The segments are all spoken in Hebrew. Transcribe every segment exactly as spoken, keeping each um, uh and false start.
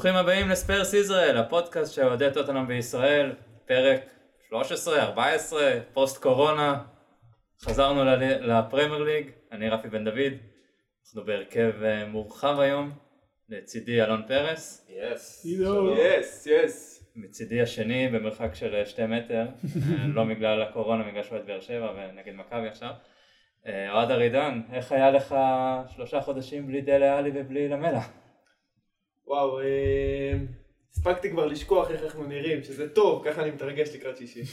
ברוכים הבאים לספרס ישראל, הפודקאסט של אוהדי טוטנהאם בישראל, פרק שלוש עשרה ארבע עשרה, פוסט קורונה, חזרנו לפרמייר ליג, אני רפי בן דוד, אנחנו בהרכב מורחב היום, לצידי אלון פרס, יס, יס, יס, מצידי השני במרחק של שתי מטר, לא בגלל הקורונה, בגלל שהוא את באר שבע ונגד מכבי עכשיו. אוהד ארידן, איך היה לך שלושה חודשים בלי דלה עלי ובלי למלה? וואו, הספקתי כבר לשכוח איך אנחנו נראים, שזה טוב, ככה אני מתרגש לקראת שישי.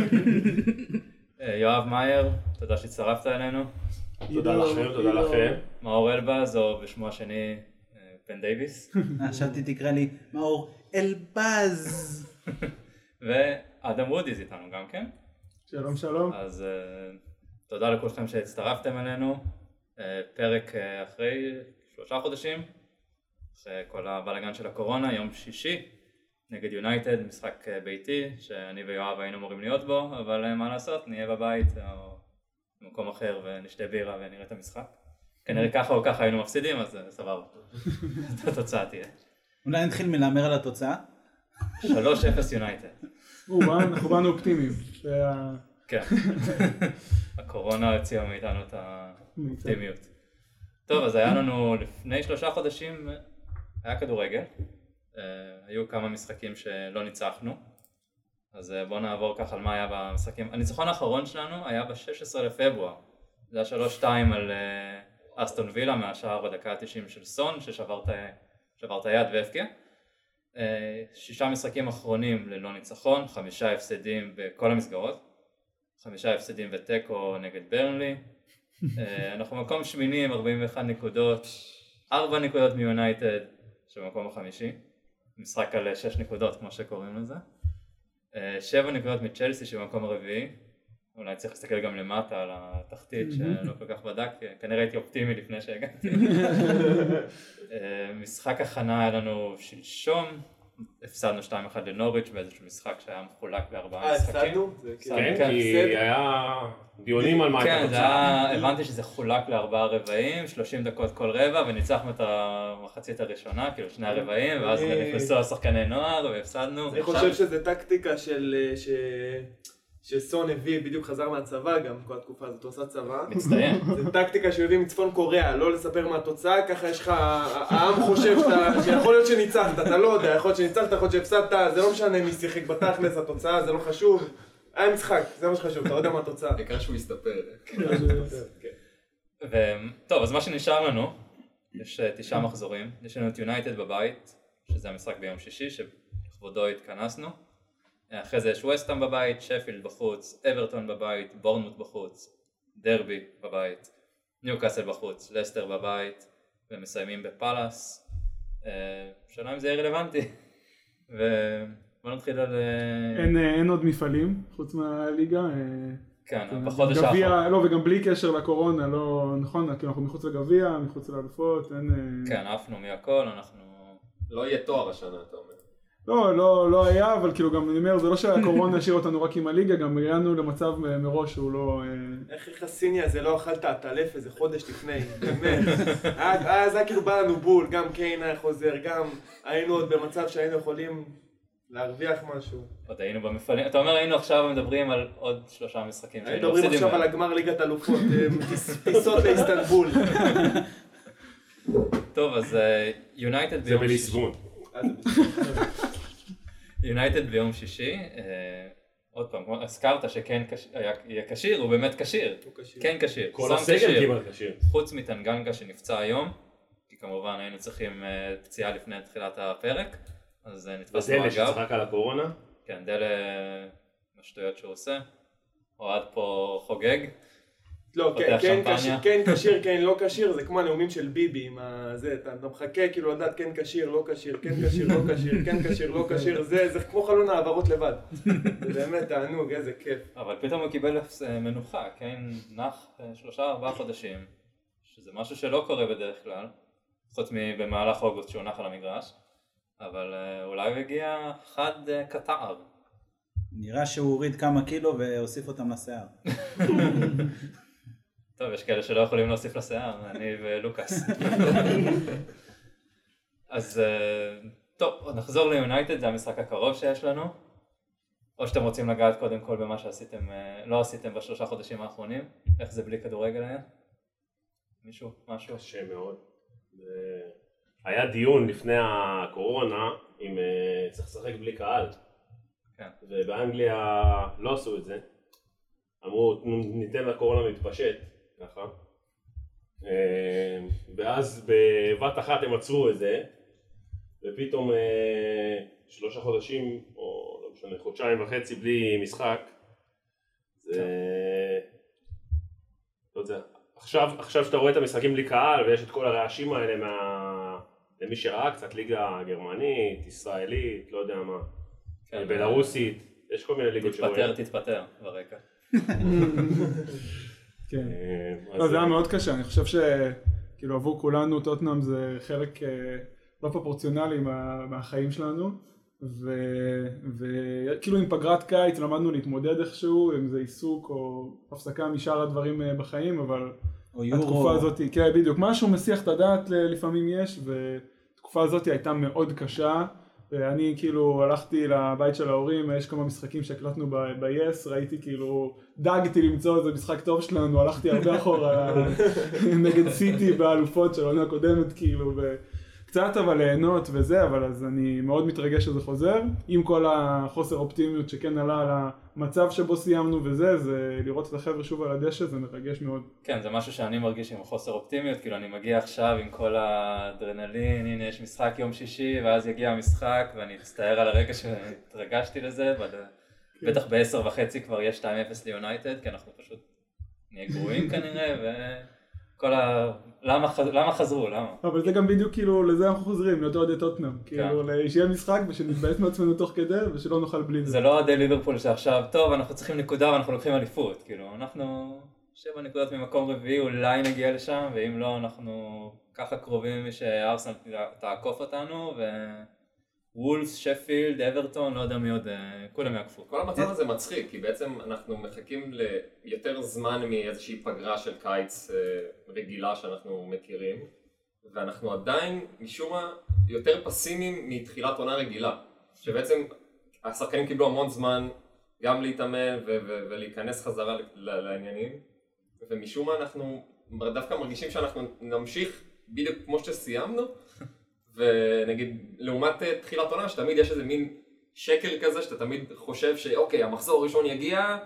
יואב מאייר, תודה שהצטרפת אלינו. תודה לכם, תודה לכם. מאור אלבז, או בשמו השני בן דייביס. חשבתי תקרא לי מאור אלבז. ואדם וודיז איתנו גם כן. שלום שלום. אז תודה לכולכם שהצטרפתם אלינו. פרק אחרי שלושה חודשים. אחרי כל הבלגן של הקורונה, יום שישי נגד יונייטד, משחק ביתי שאני ויואב היינו אמורים להיות בו, אבל מה לעשות, נהיה בבית או במקום אחר ונשתה בירה ונראה את המשחק. כנראה ככה או ככה היינו מפסידים, אז סבבה. התוצאה תהיה. אולי נתחיל מלאמר על התוצאה? שלוש אפס יונייטד. אנחנו באנו אופטימיים. כן. הקורונה הציעה מאיתנו את האופטימיות. טוב, אז היה לנו לפני שלושה חודשים, היה כדורגל, היו כמה משחקים שלא ניצחנו, אז בואו נעבור ככה על מה היה במשחקים. הניצחון האחרון שלנו היה ב-שישה עשר לפברואר, זה היה שלוש שתיים על אסטון וילה מהשער בדקה ה-תשעים של סון, ששבר את היד והפקיע. שישה משחקים אחרונים ללא ניצחון, חמישה הפסדים בכל המסגרות, חמישה הפסדים ותיקו נגד ברנלי, אנחנו מקום שמיני עם ארבעים ואחת נקודות, ארבע נקודות מיונייטד שבמקום החמישי, משחק על שש נקודות כמו שקוראים לזה, שבע נקודות מצ'לסי שבמקום הרביעי, אולי צריך להסתכל גם למטה על התחתית שלא כל כך בדק, כנראה הייתי אופטימי לפני שהגעתי. משחק הכנה היה לנו שלשום, הפסדנו שתיים אחת לנוריץ' באיזשהו משחק שהיה מחולק בארבעה משחקים. אה, הפסדנו? כן, כי היה דיונים על מה הייתה התוצאה. כן, הבנתי שזה חולק לארבעה רבעים, שלושים דקות כל רבע, וניצחנו את המחצית הראשונה, כאילו שני הרבעים, ואז נכנסו השחקני נוער והפסדנו. אני חושב שזה טקטיקה של... שסון הביא, בדיוק חזר מהצבא גם, כל התקופה הזאת, הוא עושה צבא. מצטיין. זו טקטיקה שהוא הביא מצפון קוריאה, לא לספר מה התוצאה, ככה יש לך, העם חושב שיכול להיות שניצחת, אתה לא יודע, יכול להיות שניצחת, יכול להיות שהפסדת, זה לא משנה מי שיחק בתכלס, התוצאה, זה לא חשוב. היה משחק, זה מה שחשוב, אתה יודע מה התוצאה. העיקר שהוא יסתפר. טוב, אז מה שנשאר לנו, יש תשעה מחזורים, יש לנו את יונייטד בבית, שזה המשחק ביום שישי, שבכבודו התכנסנו. אחרי זה יש ווסטהאם בבית, שפילד בחוץ, אברטון בבית, בורנמוט בחוץ, דרבי בבית, ניוקאסל בחוץ, לסטר בבית, ומסיימים בפלאס. שאלה אם זה יהיה רלוונטי. ובוא נתחיל על... אין, אין עוד מפעלים חוץ מהליגה. כן, בחודש האחרון. לא, וגם בלי קשר לקורונה, לא נכון, כי אנחנו מחוץ לגביע, מחוץ לאלופות, אין... כן, עפנו מהכל, אנחנו... לא יהיה תואר השנה, אתה אומר. לא, לא, לא היה, אבל כאילו גם אני אומר, זה לא שהקורונה השאיר אותנו רק עם הליגה, גם הגענו למצב מראש שהוא לא... איך איך הסיני הזה לא אכלת עטלף איזה חודש לפני, באמת. אז היה כאילו בא לנו בול, גם קיין היה חוזר, גם היינו עוד במצב שהיינו יכולים להרוויח משהו. עוד היינו במפעלים, אתה אומר היינו עכשיו מדברים על עוד שלושה משחקים. היינו מדברים עכשיו על הגמר ליגת אלופות, טיסות לאיסטנבול. טוב, אז יונייטד זה בליסבון. יונייטד ביום שישי, עוד פעם, הזכרת שכן יהיה קשיר, הוא באמת קשיר, כן קשיר, כל הסגל כמעט קשיר. חוץ מטנגנגה שנפצע היום, כי כמובן היינו צריכים פציעה לפני תחילת הפרק, אז נתפס דלה שצחק על הקורונה. כן, דלה משטויות שהוא עושה, אוהד פה חוגג. לא, כן קשיר, כן לא קשיר, זה כמו הנאומים של ביבי, אתה מחכה כאילו לדעת כן קשיר, לא קשיר, כן קשיר, לא קשיר, כן קשיר, לא קשיר, זה כמו חלון העברות לבד, זה באמת תענוג, איזה כיף. אבל פתאום הוא קיבל מנוחה, כן, נח שלושה ארבעה חודשים, שזה משהו שלא קורה בדרך כלל, חוץ מבמהלך אוגוסט שהוא נח על המגרש, אבל אולי הוא הגיע חד קטער. נראה שהוא הוריד כמה קילו והוסיף אותם לשיער. טוב, יש כאלה שלא יכולים להוסיף לשיער, אני ולוקאס. אז טוב, עוד נחזור ליונייטד, זה המשחק הקרוב שיש לנו. או שאתם רוצים לגעת קודם כל במה שעשיתם, לא עשיתם בשלושה חודשים האחרונים. איך זה בלי כדורגל היה? מישהו, משהו? קשה מאוד. היה דיון לפני הקורונה אם צריך לשחק בלי קהל. כן. ובאנגליה לא עשו את זה. אמרו, ניתן לקורונה להתפשט, ככה. ואז בבת אחת הם עצרו את זה, ופתאום שלושה חודשים, או לא משנה, חודשיים וחצי בלי משחק. זה... לא יודע. עכשיו, עכשיו שאתה רואה את המשחקים בלי קהל, ויש את כל הרעשים האלה מה... למי שראה קצת ליגה גרמנית, ישראלית, לא יודע מה, כן, בלרוסית, יש כל מיני ליגות שרואים. תתפטר, תתפטר ברקע. כן. לא, זה היה מאוד קשה, אני חושב שכאילו עבור כולנו טוטנהאם זה חלק לא פרופורציונלי מהחיים שלנו, וכאילו עם פגרת קיץ למדנו להתמודד איכשהו, אם זה עיסוק או הפסקה משאר הדברים בחיים, אבל התקופה הזאת, כן בדיוק, משהו מסיח את הדעת לפעמים יש, והתקופה הזאת הייתה מאוד קשה, ואני כאילו הלכתי לבית של ההורים, יש כמה משחקים שהקלטנו ב-yes, ראיתי כאילו, דאגתי למצוא איזה משחק טוב שלנו, הלכתי הרבה אחורה נגד סיטי באלופות של העונה הקודמת כאילו, קצת אבל ליהנות וזה, אבל אז אני מאוד מתרגש שזה חוזר, עם כל החוסר אופטימיות שכן עלה על המצב שבו סיימנו וזה, זה לראות את החבר'ה שוב על הדשא, זה מרגש מאוד. כן, זה משהו שאני מרגיש עם חוסר אופטימיות, כאילו אני מגיע עכשיו עם כל האדרנלין, הנה יש משחק יום שישי, ואז יגיע המשחק, ואני אצטער על הרגע שהתרגשתי לזה, בטח בעשר וחצי כבר יש שתיים אפס ליונייטד, כי אנחנו פשוט נהיה גרועים כנראה, ו... כל ה... למה, למה חזרו? למה? אבל זה גם בדיוק כאילו, לזה אנחנו חוזרים, להיות אוהדי טוטנהאם. כאילו, שיהיה משחק ושנתבאס מעצמנו תוך כדי ושלא נאכל בלי זה. זה לא אוהדי ליברפול שעכשיו, טוב, אנחנו צריכים נקודה ואנחנו לוקחים אליפות. כאילו, אנחנו שבע נקודות ממקום רביעי, אולי נגיע לשם, ואם לא, אנחנו ככה קרובים שארסנל תעקוף אותנו, ווולס, שפילד, אברטון, לא יודע מי עוד, כולם יעקפו. כל המצב הזה מצחיק, כי בעצם אנחנו מחכים ליותר זמן מאיזושהי פגרה של קיץ רגילה שאנחנו מכירים, ואנחנו עדיין משום מה יותר פסימיים מתחילת עונה רגילה, שבעצם השחקנים קיבלו המון זמן גם להתאמן ולהיכנס חזרה לעניינים, ומשום מה אנחנו דווקא מרגישים שאנחנו נמשיך בדיוק כמו שסיימנו, ונגיד, לעומת תחילת עונה, שתמיד יש איזה מין שקר כזה, שאתה תמיד חושב שאוקיי, המחזור הראשון יגיע,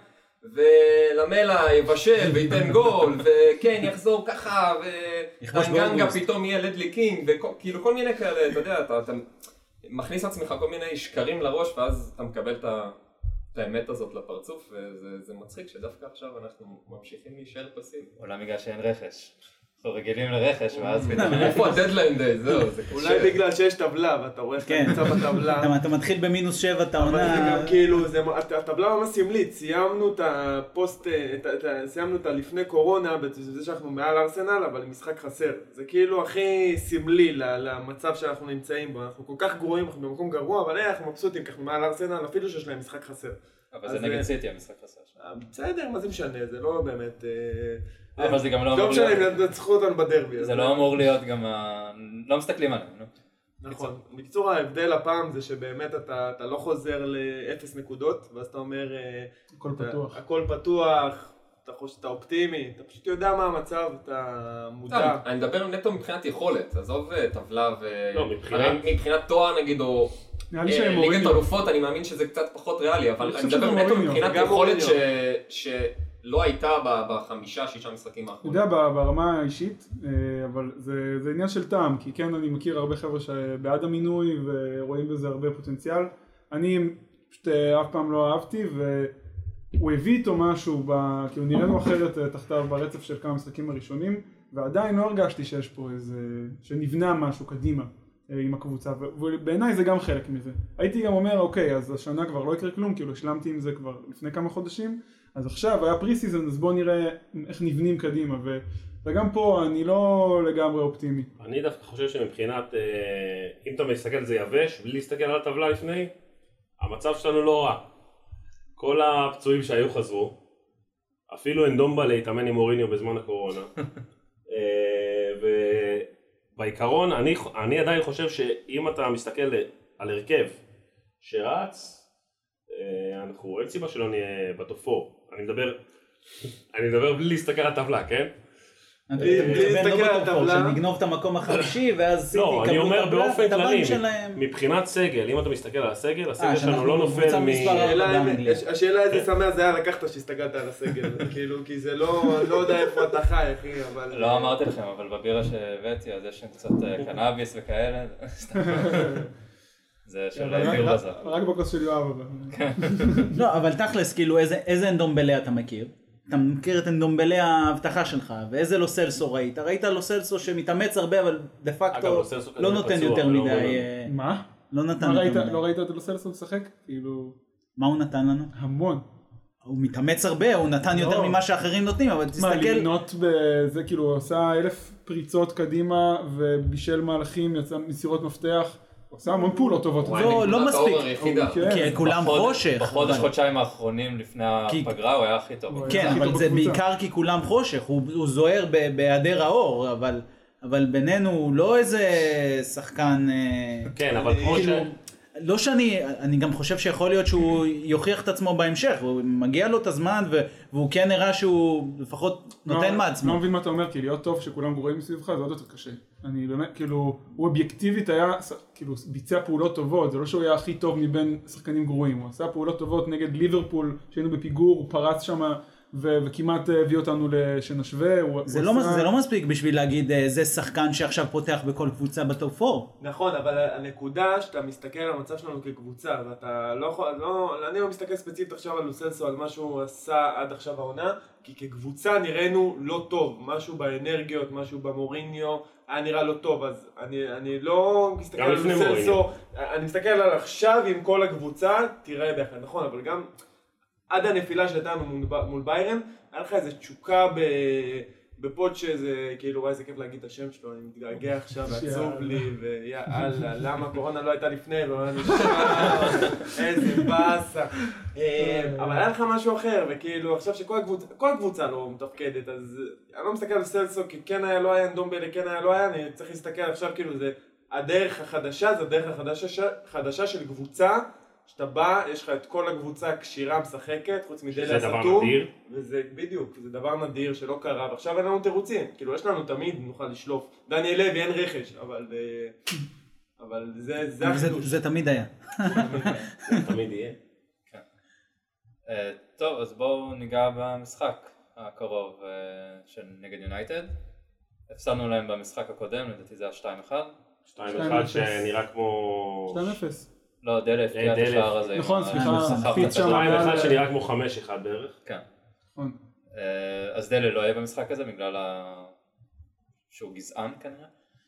ולמלה יבשל וייתן גול, וכן, יחזור ככה, וטנגנגה פתאום יהיה לדלי קינג, וכאילו כל מיני כאלה, אתה יודע, אתה, אתה מכניס עצמך כל מיני שקרים לראש, ואז אתה מקבל את האמת הזאת לפרצוף, וזה מצחיק שדווקא עכשיו אנחנו ממשיכים להישאר פסיב. אולי בגלל שאין רכש. אנחנו רגילים לרכש, ואז... איפה הדדליין דיי? זהו, זה קשה. אולי בגלל שיש טבלה, ואתה רואה שאתה נמצא בטבלה. אתה מתחיל במינוס שבע, אתה עונה... אבל זה גם כאילו, הטבלה ממש סמלית, סיימנו את הפוסט, סיימנו את לפני קורונה, בזה שאנחנו מעל ארסנל, אבל משחק חסר. זה כאילו הכי סמלי למצב שאנחנו נמצאים בו. אנחנו כל כך גרועים, אנחנו במקום גרוע, אבל אנחנו מבסוטים, כי אנחנו מעל ארסנל, אפילו שיש להם משחק חסר. אבל זה נגד סיטי המשחק חסר. בסדר, מה זה משנה, זה לא באמת... אבל זה גם לא אמור להיות... טוב שהם נצחו אותנו בדרבי. זה לא אמור להיות גם... לא מסתכלים עליהם, נו. נכון. בקיצור, ההבדל הפעם זה שבאמת אתה לא חוזר לאפס נקודות, ואז אתה אומר... הכל פתוח. הכל פתוח, אתה חושב שאתה אופטימי, אתה פשוט יודע מה המצב, אתה מודע. אני מדבר נטו מבחינת יכולת, עזוב טבלה ו... לא, מבחינת... מבחינת תואר נגיד, או... ליגת אלופות, אני מאמין שזה קצת פחות ריאלי, אבל אני מדבר נטו מבחינת יכולת ש... לא הייתה בחמישה, שישה משחקים האחרונים. אתה יודע, ברמה האישית, אבל זה, זה עניין של טעם, כי כן אני מכיר הרבה חבר'ה שבעד המינוי ורואים בזה הרבה פוטנציאל. אני פשוט אף פעם לא אהבתי, והוא הביא איתו משהו, כאילו נראינו אחרת תחתיו ברצף של כמה משחקים הראשונים, ועדיין לא הרגשתי שיש פה איזה, שנבנה משהו קדימה עם הקבוצה, ובעיניי זה גם חלק מזה. הייתי גם אומר, אוקיי, אז השנה כבר לא יקרה כלום, כאילו השלמתי עם זה כבר לפני כמה חודשים, אז עכשיו היה פרי סיזן, אז בואו נראה איך נבנים קדימה, ו... וגם פה אני לא לגמרי אופטימי. אני דווקא חושב שמבחינת, אם אתה מסתכל זה יבש, בלי להסתכל על הטבלה לפני, המצב שלנו לא רע. כל הפצועים שהיו חזרו, אפילו אנדומבה להתאמן עם מוריניו בזמן הקורונה, בעיקרון, אני, אני עדיין חושב שאם אתה מסתכל על הרכב שרץ, אנחנו, אין סיבה שלא נהיה בטופור. אני מדבר, אני מדבר בלי להסתכל על הטבלה, כן? בלי להסתכל על הטבלה. שנגנוב את המקום החמישי, ואז סיטי לא, אני אומר באופן כללי, מבחינת סגל, אם אתה מסתכל על הסגל, הסגל שלנו לא נופל מ... השאלה איזה שמח זה היה לקחת שהסתכלת על הסגל, כאילו, כי זה לא, לא יודע איפה אתה חי, אחי, אבל... לא אמרתי לכם, אבל בבירה שהבאתי, אז יש שם קצת קנאביס וכאלה, זה של ביר בזר. רק בכוס של יואב, אבל... לא, אבל תכלס, כאילו, איזה אנדומבלה אתה מכיר? אתה מכיר את אנדומבלה ההבטחה שלך, ואיזה לו סלסו ראית? ראית לו סלסו שמתאמץ הרבה, אבל דה פקטו לא נותן יותר מדי... מה? לא נתן יותר מדי. לא ראית את לו סלסו לשחק? כאילו... מה הוא נתן לנו? המון. הוא מתאמץ הרבה, הוא נתן יותר ממה שאחרים נותנים, אבל תסתכל... מה, למנות בזה, כאילו, הוא עשה אלף פריצות קדימה, ובישל מהלכים, יצא מסירות מפתח, הוא עושה המון פעולות טובות. לא מספיק, כי כולם חושך. בחודש חודשיים האחרונים לפני הפגרה הוא היה הכי טוב. כן, אבל זה בעיקר כי כולם חושך, הוא זוהר בהיעדר האור, אבל בינינו הוא לא איזה שחקן... כן, אבל כמו ש... לא שאני, אני גם חושב שיכול להיות שהוא יוכיח את עצמו בהמשך, הוא מגיע לו את הזמן והוא כן נראה שהוא לפחות נותן מעצמו. לא מבין מה אתה אומר, כי להיות טוב שכולם גרועים מסביבך זה עוד יותר קשה. אני באמת, כאילו, הוא אובייקטיבית היה, כאילו, ביצע פעולות טובות, זה לא שהוא היה הכי טוב מבין שחקנים גרועים, הוא עשה פעולות טובות נגד ליברפול, שהיינו בפיגור, הוא פרץ שם וכמעט הביא אותנו שנשווה. זה לא מספיק בשביל להגיד זה שחקן שעכשיו פותח בכל קבוצה בטופ ארבע. נכון, אבל הנקודה שאתה מסתכל על המצב שלנו כקבוצה, ואתה לא יכול, אני לא מסתכל ספציפית עכשיו על לוסלסו, על מה שהוא עשה עד עכשיו העונה, כי כקבוצה נראינו לא טוב, משהו באנרגיות, משהו במוריניו, היה נראה לא טוב, אז אני לא מסתכל על לוסלסו, אני מסתכל על עכשיו עם כל הקבוצה, תראה ביחד, נכון, אבל גם... עד הנפילה שהייתה מול ביירן, היה לך איזו תשוקה בפוד שזה, כאילו, וואי, זה כיף להגיד את השם שלו, אני מתגעגע עכשיו, עצוב לי, ויאללה, למה קורונה לא הייתה לפני, ולא נשמע, איזה באסה. אבל היה לך משהו אחר, וכאילו, עכשיו שכל הקבוצה לא מתפקדת, אז אני לא מסתכל על סלסו, כי כן היה, לא היה, אנדומבלה, כן היה, לא היה, אני צריך להסתכל עכשיו, כאילו, זה הדרך החדשה, זה הדרך החדשה של קבוצה, שאתה בא, יש לך את כל הקבוצה קשירה משחקת, חוץ מדליה סתום. שזה דבר נדיר. וזה בדיוק, זה דבר נדיר שלא קרה, ועכשיו אין לנו תירוצים. כאילו, יש לנו תמיד, נוכל לשלוף. דניאל לוי, אין רכש, אבל... אבל זה, זה החידוש. זה תמיד היה. זה תמיד יהיה. טוב, אז בואו ניגע במשחק הקרוב של נגד יונייטד. הפסדנו להם במשחק הקודם, לדעתי זה היה שתיים אחד. שתיים אחד שנראה כמו... שתיים אפס. לא, דלף, כי את השער הזה. נכון, סליחה, פיץ שם. שתיים אחד שנראה כמו חמש אחד בערך. כן. נכון. אז דלף לא יהיה במשחק הזה בגלל שהוא גזען כנראה.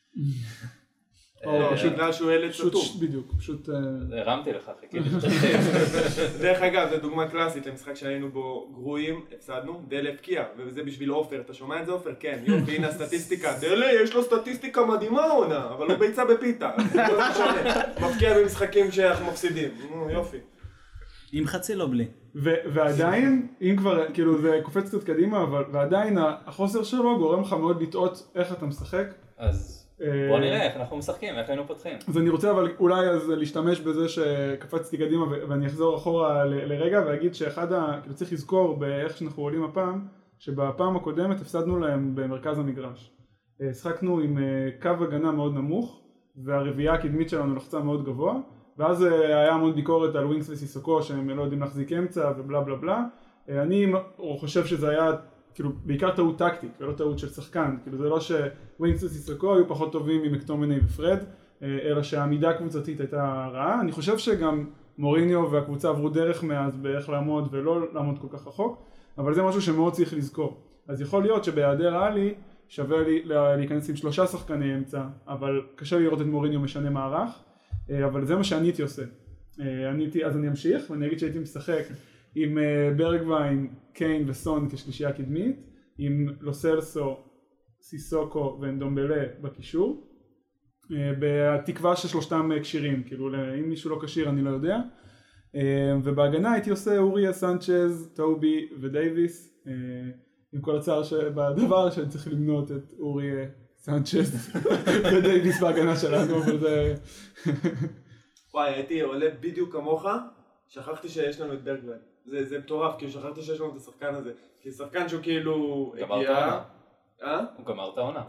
או פשוט בגלל שהוא ילד סתום. בדיוק, פשוט... הרמתי לך, חיכיתי. דרך אגב, זו דוגמה קלאסית למשחק שהיינו בו גרועים, הפסדנו, דלה הפקיע, וזה בשביל אופר, אתה שומע את זה אופר? כן, יופי, הנה הסטטיסטיקה, דלה יש לו סטטיסטיקה מדהימה עונה, אבל הוא ביצה בפיתה, מפקיע במשחקים שאנחנו מפסידים, יופי. עם חצי לא בלי. ועדיין, אם כבר, כאילו זה קופץ קצת קדימה, אבל ועדיין החוסר שלו גורם לך מאוד לטעות איך אתה משחק. אז... בוא נראה איך אנחנו משחקים, איך היינו פותחים. אז אני רוצה אבל אולי אז להשתמש בזה שקפצתי קדימה ואני אחזור אחורה לרגע ואגיד שאחד ה... כאילו צריך לזכור באיך שאנחנו עולים הפעם, שבפעם הקודמת הפסדנו להם במרכז המגרש. שחקנו עם קו הגנה מאוד נמוך והרביעייה הקדמית שלנו לחצה מאוד גבוה, ואז היה המון ביקורת על ווינקס וסיסוקו שהם לא יודעים להחזיק אמצע ובלה בלה בלה. אני חושב שזה היה... כאילו בעיקר טעות טקטית ולא טעות של שחקן, כאילו זה לא שווינקס וסיסוקו היו פחות טובים ממקטומני ופרד, אלא שהעמידה הקבוצתית הייתה רעה. אני חושב שגם מוריניו והקבוצה עברו דרך מאז באיך לעמוד ולא לעמוד כל כך רחוק, אבל זה משהו שמאוד צריך לזכור. אז יכול להיות שבהיעדר עלי שווה לי להיכנס עם שלושה שחקני אמצע, אבל קשה לראות את מוריניו משנה מערך, אבל זה מה שאני הייתי עושה. אני הייתי, אז אני אמשיך ואני אגיד שהייתי משחק עם ברגווין, קיין וסון כשלישייה קדמית, עם לוסלסו, סיסוקו ואנדומבלה בקישור, בתקווה ששלושתם קשירים, כאילו אם מישהו לא קשיר אני לא יודע, ובהגנה הייתי עושה אוריה, סנצ'ז, טובי ודייביס, עם כל הצער שבדבר שאני צריך למנות את אוריה, סנצ'ז ודייביס בהגנה שלנו, אבל זה... וואי, הייתי עולה בדיוק כמוך, שכחתי שיש לנו את ברגמן. זה, זה מטורף, כי שכחתי שיש לנו את השחקן הזה. כי שחקן שהוא כאילו הגיע... אה? הוא גמר את העונה.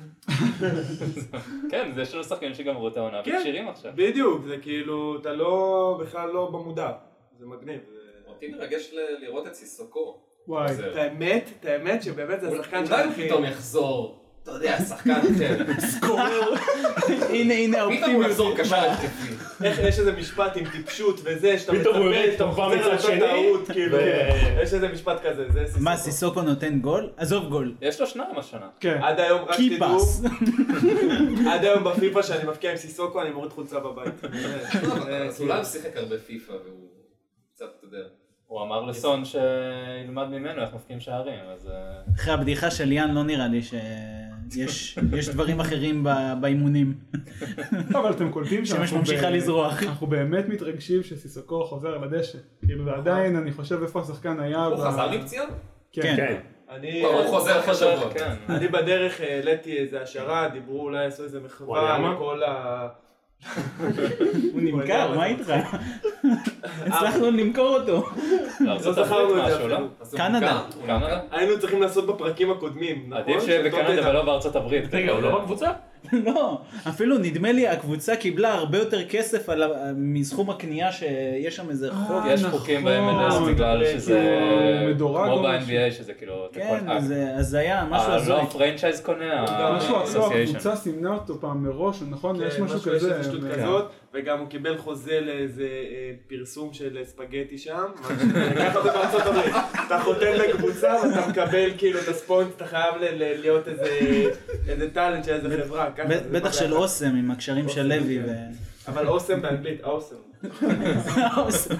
כן, זה יש לנו שחקנים שגמרו את העונה וכשירים עכשיו. בדיוק, זה כאילו, אתה לא, בכלל לא במודע. זה מגניב. אותי מרגש לראות את סיסוקו. וואי. את האמת, את האמת שבאמת זה השחקן שלכם. אולי הוא פתאום יחזור. אתה יודע, שחקן אחר. סקורר. הנה, הנה האופטימיות. פתאום הוא יחזור קשר התקפי. איך יש איזה משפט עם טיפשות וזה, שאתה פתאום הוא יורד, אתה חוזר מצד שני. יש איזה משפט כזה, זה סיסוקו. מה, סיסוקו נותן גול? עזוב גול. יש לו שניים השנה. כן. עד היום, רק תדעו, קיפס. עד היום בפיפה שאני מפקיע עם סיסוקו, אני מוריד חולצה בבית. אז אולי הוא שיחק הרבה פיפה והוא קצת, אתה יודע. הוא אמר לסון שילמד ממנו איך מפקיעים שערים, אז... אחרי הבדיחה של יאן לא נראה לי שיש דברים אחרים באימונים. אבל אתם קולטים שמש ממשיכה לזרוח. אנחנו באמת מתרגשים שסיסוקו חוזר לדשא. כאילו ועדיין אני חושב איפה השחקן היה. הוא חזר מפציעה? כן. הוא חוזר אחרי שבוע. אני בדרך העליתי איזה השערה, דיברו אולי עשו איזה מחווה לכל ה... הוא נמכר, מה איתך? הצלחנו למכור אותו. לא זכרנו את זה אפילו. קנדה. היינו צריכים לעשות בפרקים הקודמים, נכון? עדיף שבקנדה ולא בארצות הברית. רגע, הוא לא בקבוצה? לא, אפילו נדמה לי הקבוצה קיבלה הרבה יותר כסף מסכום הקנייה שיש שם איזה חוק. יש חוקים ב-אם אל אס בגלל שזה כמו ב-אן בי איי שזה כאילו... כן, אז זה היה משהו הזוי. לא, הפרנצ'ייז קונה, משהו, הקבוצה סימנה אותו פעם מראש, נכון? יש משהו כזה. וגם הוא קיבל חוזה לאיזה פרסום של ספגטי שם. ככה זה בארצות הברית. אתה חותם לקבוצה ואתה מקבל כאילו את הספונט, אתה חייב להיות איזה טלנט של איזה חברה. בטח של אוסם עם הקשרים של לוי. אבל אוסם באנגלית, אוסם. אוסם.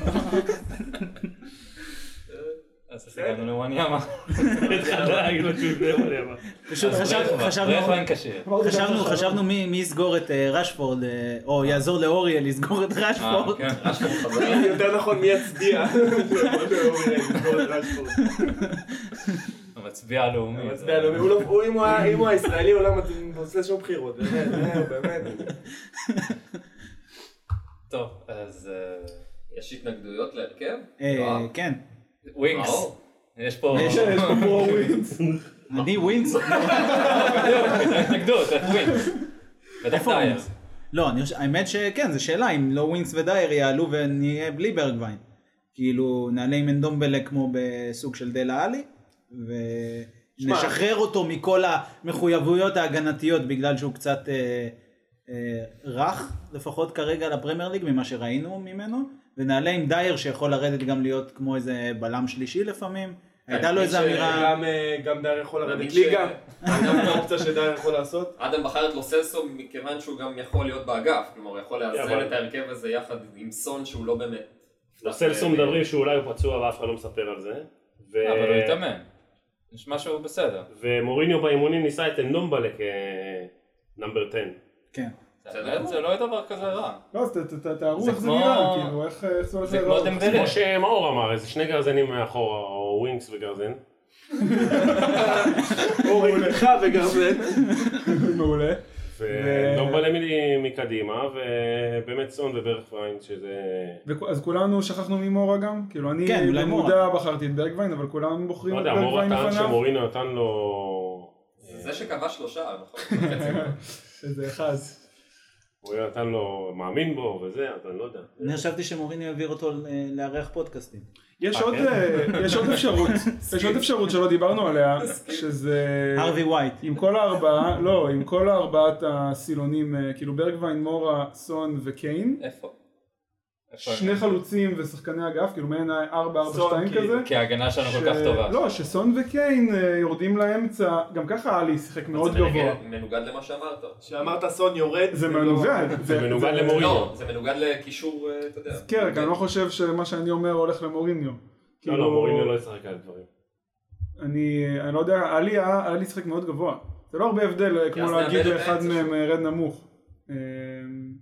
אז הסגרנו לוואניאמה. פשוט חשבנו מי יסגור את רשפורד, או יעזור לאוריאל לסגור את רשפורד. יותר נכון מי יצביע לאוריאל לסגור את רשפורד. המצביע הלאומי. המצביע הלאומי, אם הוא הישראלי הוא לא עושה שום בחירות, באמת, באמת. טוב, אז... יש התנגדויות להרכב? כן. ווינקס. יש פה... יש פה פה ווינקס. אני ווינקס? התנגדות, איך ווינקס? בטח דייר. לא, האמת שכן, זו שאלה אם לא ווינקס ודייר יעלו ונהיה בלי ברגווין. כאילו נעלה עם אנדומבלה כמו בסוג של דלה עלי, ונשחרר אותו מכל המחויבויות ההגנתיות בגלל שהוא קצת רך, לפחות כרגע לפרמייר ליג ממה שראינו ממנו. ונעלה עם דייר שיכול לרדת גם להיות כמו איזה בלם שלישי לפעמים. הייתה לו איזה אמירה... גם דייר יכול לרדת ליגה. גם האופציה שדייר יכול לעשות. אדם בחר את לוסלסו מכיוון שהוא גם יכול להיות באגף. כלומר, הוא יכול לאזן את ההרכב הזה יחד עם סון שהוא לא באמת... לוסלסו מדברים שאולי הוא פצוע ואף אחד לא מספר על זה. אבל הוא יתאמן. נשמע שהוא בסדר. ומוריניו באימונים ניסה את אנדומבלה כנאמבר עשר. כן. זה לא דבר כזה רע. לא, אז תארו איך זה נראה, כאילו, איך זה הולך להיראות. זה כמו שמאור אמר, איזה שני גרזנים מאחורה, או ווינקס וגרזן. או לך וגרזן. מעולה. ודומבלה מקדימה, ובאמת סון וברגווין, שזה... אז כולנו שכחנו ממורה גם? כאילו, אני במודע בחרתי את ברגווין, אבל כולם בוחרים את ברגווין לפניו. מורה טען שמורינו נתן לו... זה שקבע שלושה, נכון? איזה אחד. הוא נתן לו, מאמין בו וזה, אז אני לא יודע. אני חשבתי שמוריני יעביר אותו לארח פודקאסטים. יש עוד אפשרות, יש עוד אפשרות שלא דיברנו עליה, שזה... הרווי ווייט. עם כל הארבעה, לא, עם כל הארבעת הסילונים, כאילו ברגווין, מורה, סון וקיין. איפה? שני חלוצים ושחקני אגף, כאילו מעין ארבע ארבע שתיים כזה. כי ההגנה שלנו כל כך טובה. לא, שסון וקיין יורדים לאמצע, גם ככה עלי שיחק מאוד גבוה. זה מנוגד למה שאמרת. שאמרת סון יורד. זה מנוגד. זה מנוגד למוריניו. לא, זה מנוגד לקישור, אתה יודע. כן, אני לא חושב שמה שאני אומר הולך למוריניו. לא, לא, מוריניו לא ישחק על דברים. אני לא יודע, עלי שיחק מאוד גבוה. זה לא הרבה הבדל כמו להגיד לאחד מהם רד נמוך.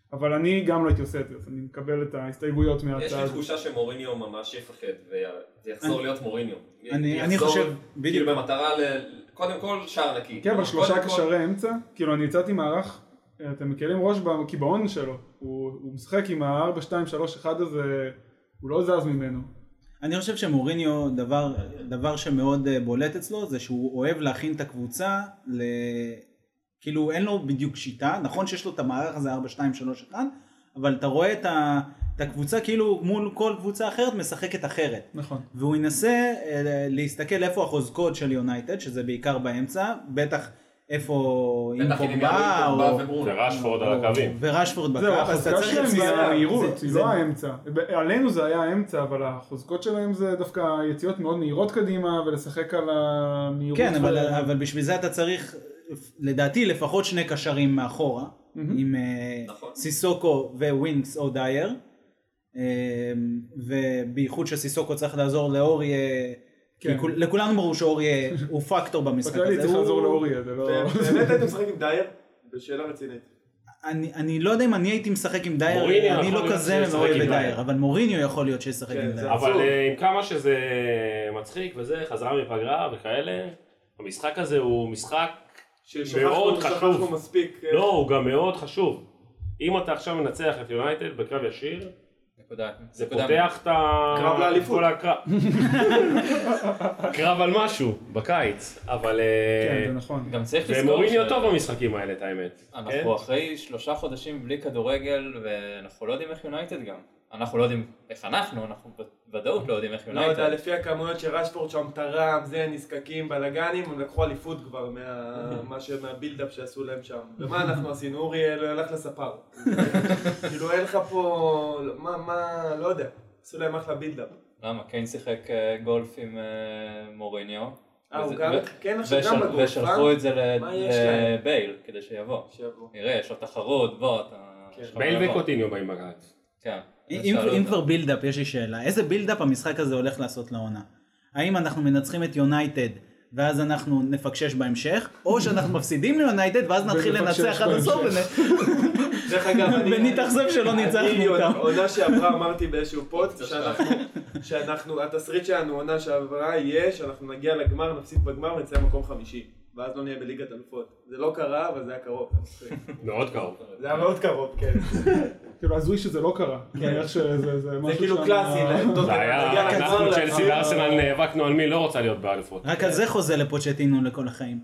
אבל אני גם לא הייתי עושה את זה, אז אני מקבל את ההסתייגויות מהצעה. יש לי תחושה שמוריניו ממש יפחד ויחזור להיות מוריניו. אני חושב, כאילו במטרה קודם כל שער נקי. כן, אבל שלושה קשרי אמצע, כאילו אני יצאתי מערך, אתם מכירים ראש בקיבעון שלו, הוא משחק עם ה-ארבע שתיים שלוש אחת הזה, הוא לא זז ממנו. אני חושב שמוריניו, דבר, דבר שמאוד בולט אצלו, זה שהוא אוהב להכין את הקבוצה, ל... כאילו אין לו בדיוק שיטה, נכון שיש לו את המערך הזה ארבע שתיים שלוש אחת, אבל אתה רואה את, ה... את הקבוצה כאילו מול כל קבוצה אחרת משחקת אחרת. נכון. והוא ינסה להסתכל איפה החוזקות של יונייטד, שזה בעיקר באמצע, בטח איפה עם פוגבה או ורשפורד על הקווים. ורשפורד בקו. זהו, החוזקה שלהם היא המהירות, היא לא האמצע. עלינו זה היה האמצע, אבל החוזקות שלהם זה דווקא יציאות מאוד מהירות קדימה ולשחק על המהירות. כן, אבל בשביל זה אתה צריך, לדעתי, לפחות שני קשרים מאחורה, עם סיסוקו ווינקס או דייר, ובייחוד שסיסוקו צריך לעזור לאוריה, כי לכולנו ברור שאוריה הוא פקטור במשחק הזה. בכללי צריך לעזור לאוריה, זה לא... באמת הייתם משחק עם דייר? בשאלה רצינית. אני לא יודע אם אני הייתי משחק עם דייר, אני לא כזה מאוהב בדייר, אבל מוריניו יכול להיות שישחק עם דייר. אבל עם כמה שזה מצחיק וזה, חזרה מפגרה וכאלה, המשחק הזה הוא משחק מאוד חשוב. לא, הוא גם מאוד חשוב. אם אתה עכשיו מנצח את יונייטד בקרב ישיר, זה פותח את קרב לאליפות. קרב על משהו בקיץ, אבל כן, זה נכון. גם צריך לזכור ומוריניו טוב במשחקים האלה, את האמת. אנחנו אחרי שלושה חודשים בלי כדורגל, ואנחנו לא יודעים איך יונייטד גם. אנחנו לא יודעים איך אנחנו, אנחנו בוודאות לא יודעים איך יונייטד. לא יודע, לפי הכמויות שרשפורד שם תרם, זה נזקקים, בלגנים, הם לקחו אליפות כבר מהבילדאפ שעשו להם שם. ומה אנחנו עשינו? אורי לא הלך לספר. כאילו אין לך פה, מה, לא יודע, עשו להם אחלה בילדאפ. למה? קיין שיחק גולף עם מוריניו. אה, הוא גם, כן עכשיו גם בגולף, ושלחו את זה לבייל כדי שיבוא. נראה, יש לו תחרות, בוא, אתה... בייל וקוטיניו באים בגעת. כן. אם כבר בילדאפ, יש לי שאלה, איזה בילדאפ המשחק הזה הולך לעשות לעונה? האם אנחנו מנצחים את יונייטד ואז אנחנו נפקשש בהמשך, או שאנחנו מפסידים ליונייטד ואז נתחיל לנצח עד הסוף ונתאכזב שלא ניצחנו אותם. עונה שעברה אמרתי באיזשהו פוד שאנחנו, התסריט שלנו עונה שעברה יהיה שאנחנו נגיע לגמר, נפסיד בגמר ונצא למקום חמישי ואז לא נהיה בליגת אלופות. זה לא קרה אבל זה היה קרוב. מאוד קרוב. זה היה מאוד קרוב, כן. כאילו הזוי שזה לא קרה. זה כאילו קלאסי. זה היה, אנחנו צ'לסי וארסנל נאבקנו על מי לא רוצה להיות באלופות. רק על זה חוזה לפוצ'טינו לכל החיים.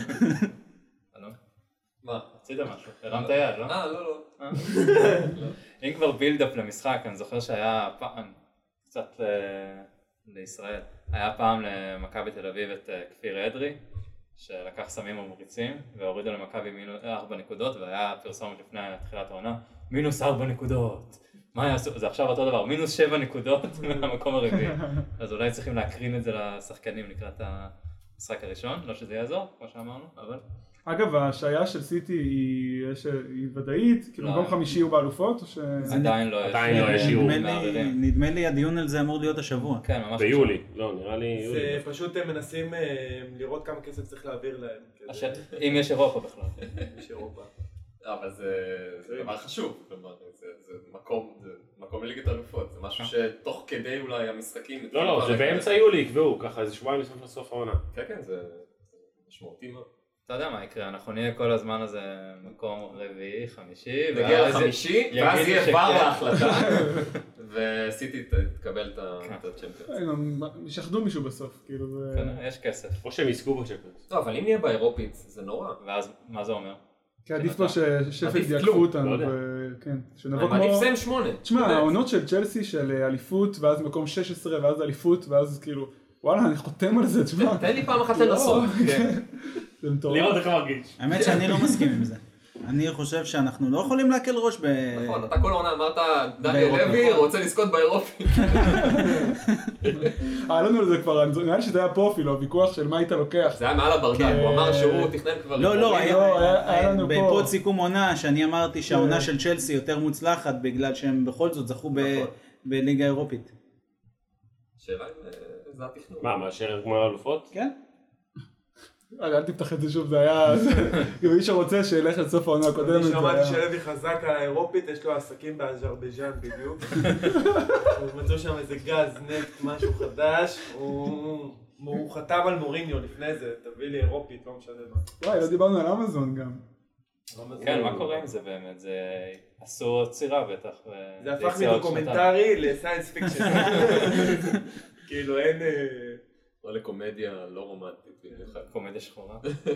מה? עשית משהו? הרמת יד, לא? אה, לא, לא. אם כבר בילדאפ למשחק, אני זוכר שהיה פעם, קצת לישראל, היה פעם למכבי תל אביב את כפיר אדרי, שלקח סמים ומריצים, והורידו למכבי מינוס ארבע נקודות, והיה פרסומת לפני תחילת העונה, מינוס ארבע נקודות. מה יעשו? זה עכשיו אותו דבר, מינוס שבע נקודות מהמקום הרביעי. אז אולי צריכים להקרין את זה לשחקנים לקראת המשחק הראשון, לא שזה יעזור, כמו שאמרנו, אבל... אגב, ההשעיה של סיטי היא ודאית, כאילו במקום חמישי הוא באלופות, או ש... עדיין לא יש שיעור. נדמה לי הדיון על זה אמור להיות השבוע. כן, ממש. ביולי, לא, נראה לי יולי. זה פשוט הם מנסים לראות כמה כסף צריך להעביר להם. אם יש אירופה בכלל. יש אירופה. אבל זה דבר חשוב, כלומר, זה מקום לליגת אלופות, זה משהו שתוך כדי אולי המשחקים... לא, לא, זה באמצע יולי יקבעו, ככה איזה שבועיים לפני סוף העונה. כן, כן, זה משמעותי מאוד. אתה יודע מה יקרה, אנחנו נהיה כל הזמן הזה מקום רביעי, חמישי, נגיע לחמישי, ואז יהיה כבר בהחלטה, וסיטי תקבל את הצ'מפיונס. ישחדו מישהו בסוף, כאילו זה... יש כסף. או שהם יזכו בצ'מפיונס. לא, אבל אם נהיה באירופית, זה נורא. ואז, מה זה אומר? כי עדיף פה ששפט יקחו אותנו, וכן, שנבוא כמו... עדיף סיים שמונה. תשמע, העונות של צ'לסי של אליפות, ואז מקום שש עשרה, ואז אליפות, ואז כאילו, וואלה, אני חותם על זה, תשמע. תן לי פעם אחת לנסות. לראות איך מרגיש. האמת שאני לא מסכים עם זה. אני חושב שאנחנו לא יכולים להקל ראש ב... נכון, אתה כל העונה אמרת, דני לוי רוצה לזכות באירופי. היה לנו לזה כבר, נראה לי שזה היה פרופיל, או ויכוח של מה היית לוקח. זה היה מעל הברדק, הוא אמר שהוא תכנן כבר... לא, לא, היה לנו פה... בפוד סיכום עונה, שאני אמרתי שהעונה של צ'לסי יותר מוצלחת, בגלל שהם בכל זאת זכו בליגה האירופית. שאלה אם זה התכנון. מה, מאשר כמו האלופות? כן. אל תפתח את זה שוב, זה היה... אם מי שרוצה שילך לסוף העונה הקודמת. אני שמעתי שלוי חזק האירופית, יש לו עסקים באזרבייג'אן בדיוק. הוא מצאו שם איזה גז, נפט, משהו חדש. הוא חתם על מוריניו לפני זה, תביא לי אירופית, לא משנה מה. וואי, לא דיברנו על אמזון גם. כן, מה קורה עם זה באמת? זה אסור צירה בטח. זה הפך מדוקומנטרי לסיינס פיקשן. כאילו אין... או לקומדיה לא רומנטית. קומדיה שחורה.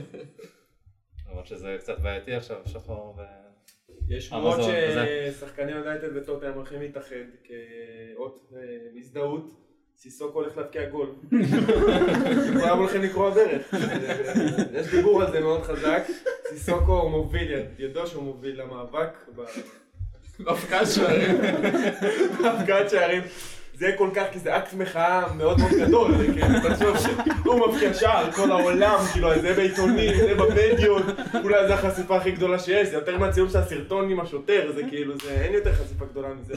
למרות שזה קצת בעייתי עכשיו, שחור ו... יש שמועות ששחקני יונייטד וטוטנהאם הולכים להתאחד כאות מזדהות. סיסוקו הולך להבקיע גול. כולם הולכים לקרוא ברך. יש דיבור על זה מאוד חזק. סיסוקו הוא מוביל, ידוע שהוא מוביל למאבק. בהפקעת שערים. בהפקעת שערים. זה כל כך, כי זה אקט מחאה מאוד מאוד גדול. תחשוב שהוא מבקיע שער, כל העולם, כאילו, זה בעיתונים, זה במדיות. אולי זה החשיפה הכי גדולה שיש. זה יותר מהציום של הסרטון עם השוטר. זה כאילו, אין יותר חשיפה גדולה מזה.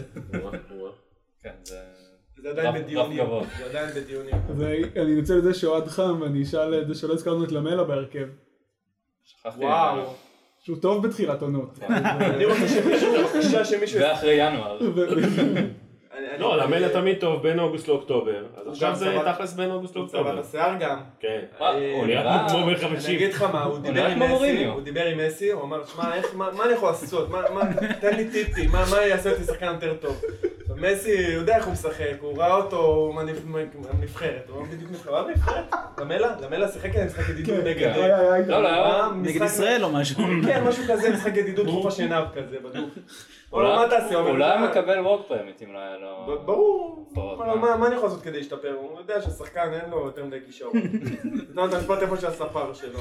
כן, זה... זה עדיין בדיונים, זה עדיין בדיונים. אני אנצל את זה שאוהד חם ואני אשאל את זה שלא הזכרנו את למלה בהרכב. שכחתי. וואו. שהוא טוב בתחילת עונות. אני רוצה שמישהו, בבקשה שמישהו... ואחרי ינואר. לא, למלה תמיד טוב בין אוגוסט לאוקטובר. אז עכשיו זה תכלס בין אוגוסט לאוקטובר. אבל השיער גם. כן. הוא נראה כמו בן חמישים. אני אגיד לך מה, הוא דיבר עם מסי, הוא דיבר עם מסי, הוא אמר, שמע, מה אני יכול לעשות? תן לי טיפים, מה יעשה אותי שחקן יותר טוב? מסי יודע איך הוא משחק, הוא ראה אותו מהנבחרת, הוא בדיוק נבחרת, למלה? למלה שיחק כזה משחק ידידות נגד... נגד ישראל או משהו? כן, משהו כזה, משחק ידידות חוף השנהב כזה, בדיוק. מה תעשי? אולי הוא מקבל וורק פרמיט אם לא היה לו... ברור, מה אני יכול לעשות כדי להשתפר? הוא יודע ששחקן אין לו יותר מדי גישור. אתה יודע, תשפט איפה שהספר שלו.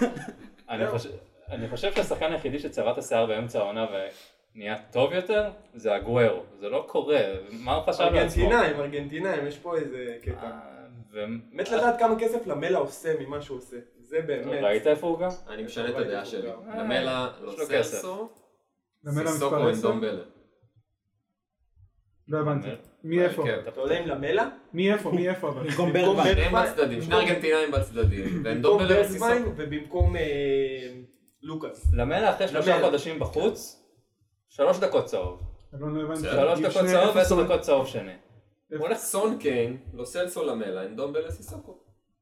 אני חושב שהשחקן היחידי שצבע את השיער באמצע העונה נהיה טוב יותר, זה הגוארו, זה לא קורה, מה הוא חשב לעצמו? ארגנטינאים, ארגנטינאים, יש פה איזה קטע. באמת לדעת כמה כסף למלה עושה ממה שהוא עושה, זה באמת. ראית איפה הוא גם? אני משנה את הדעה שלי, למלה לא סרסו, סיסוקו עם דומבלה. לא הבנתי, מי איפה? אתה יודע עם למלה? מי איפה, מי איפה אבל? במקום ברגמן. שני בצדדים, שני ארגנטינאים בצדדים, והם דומבלה וסיסוקו. ובמקום לוקאס. למלה אחרי שלושה חודשים בחוץ, שלוש דקות צהוב. שלוש דקות צהוב ועשר דקות צהוב שני. הוא הולך סון קיין, לא סלסו למלה, אין דומבלה סיסוקו.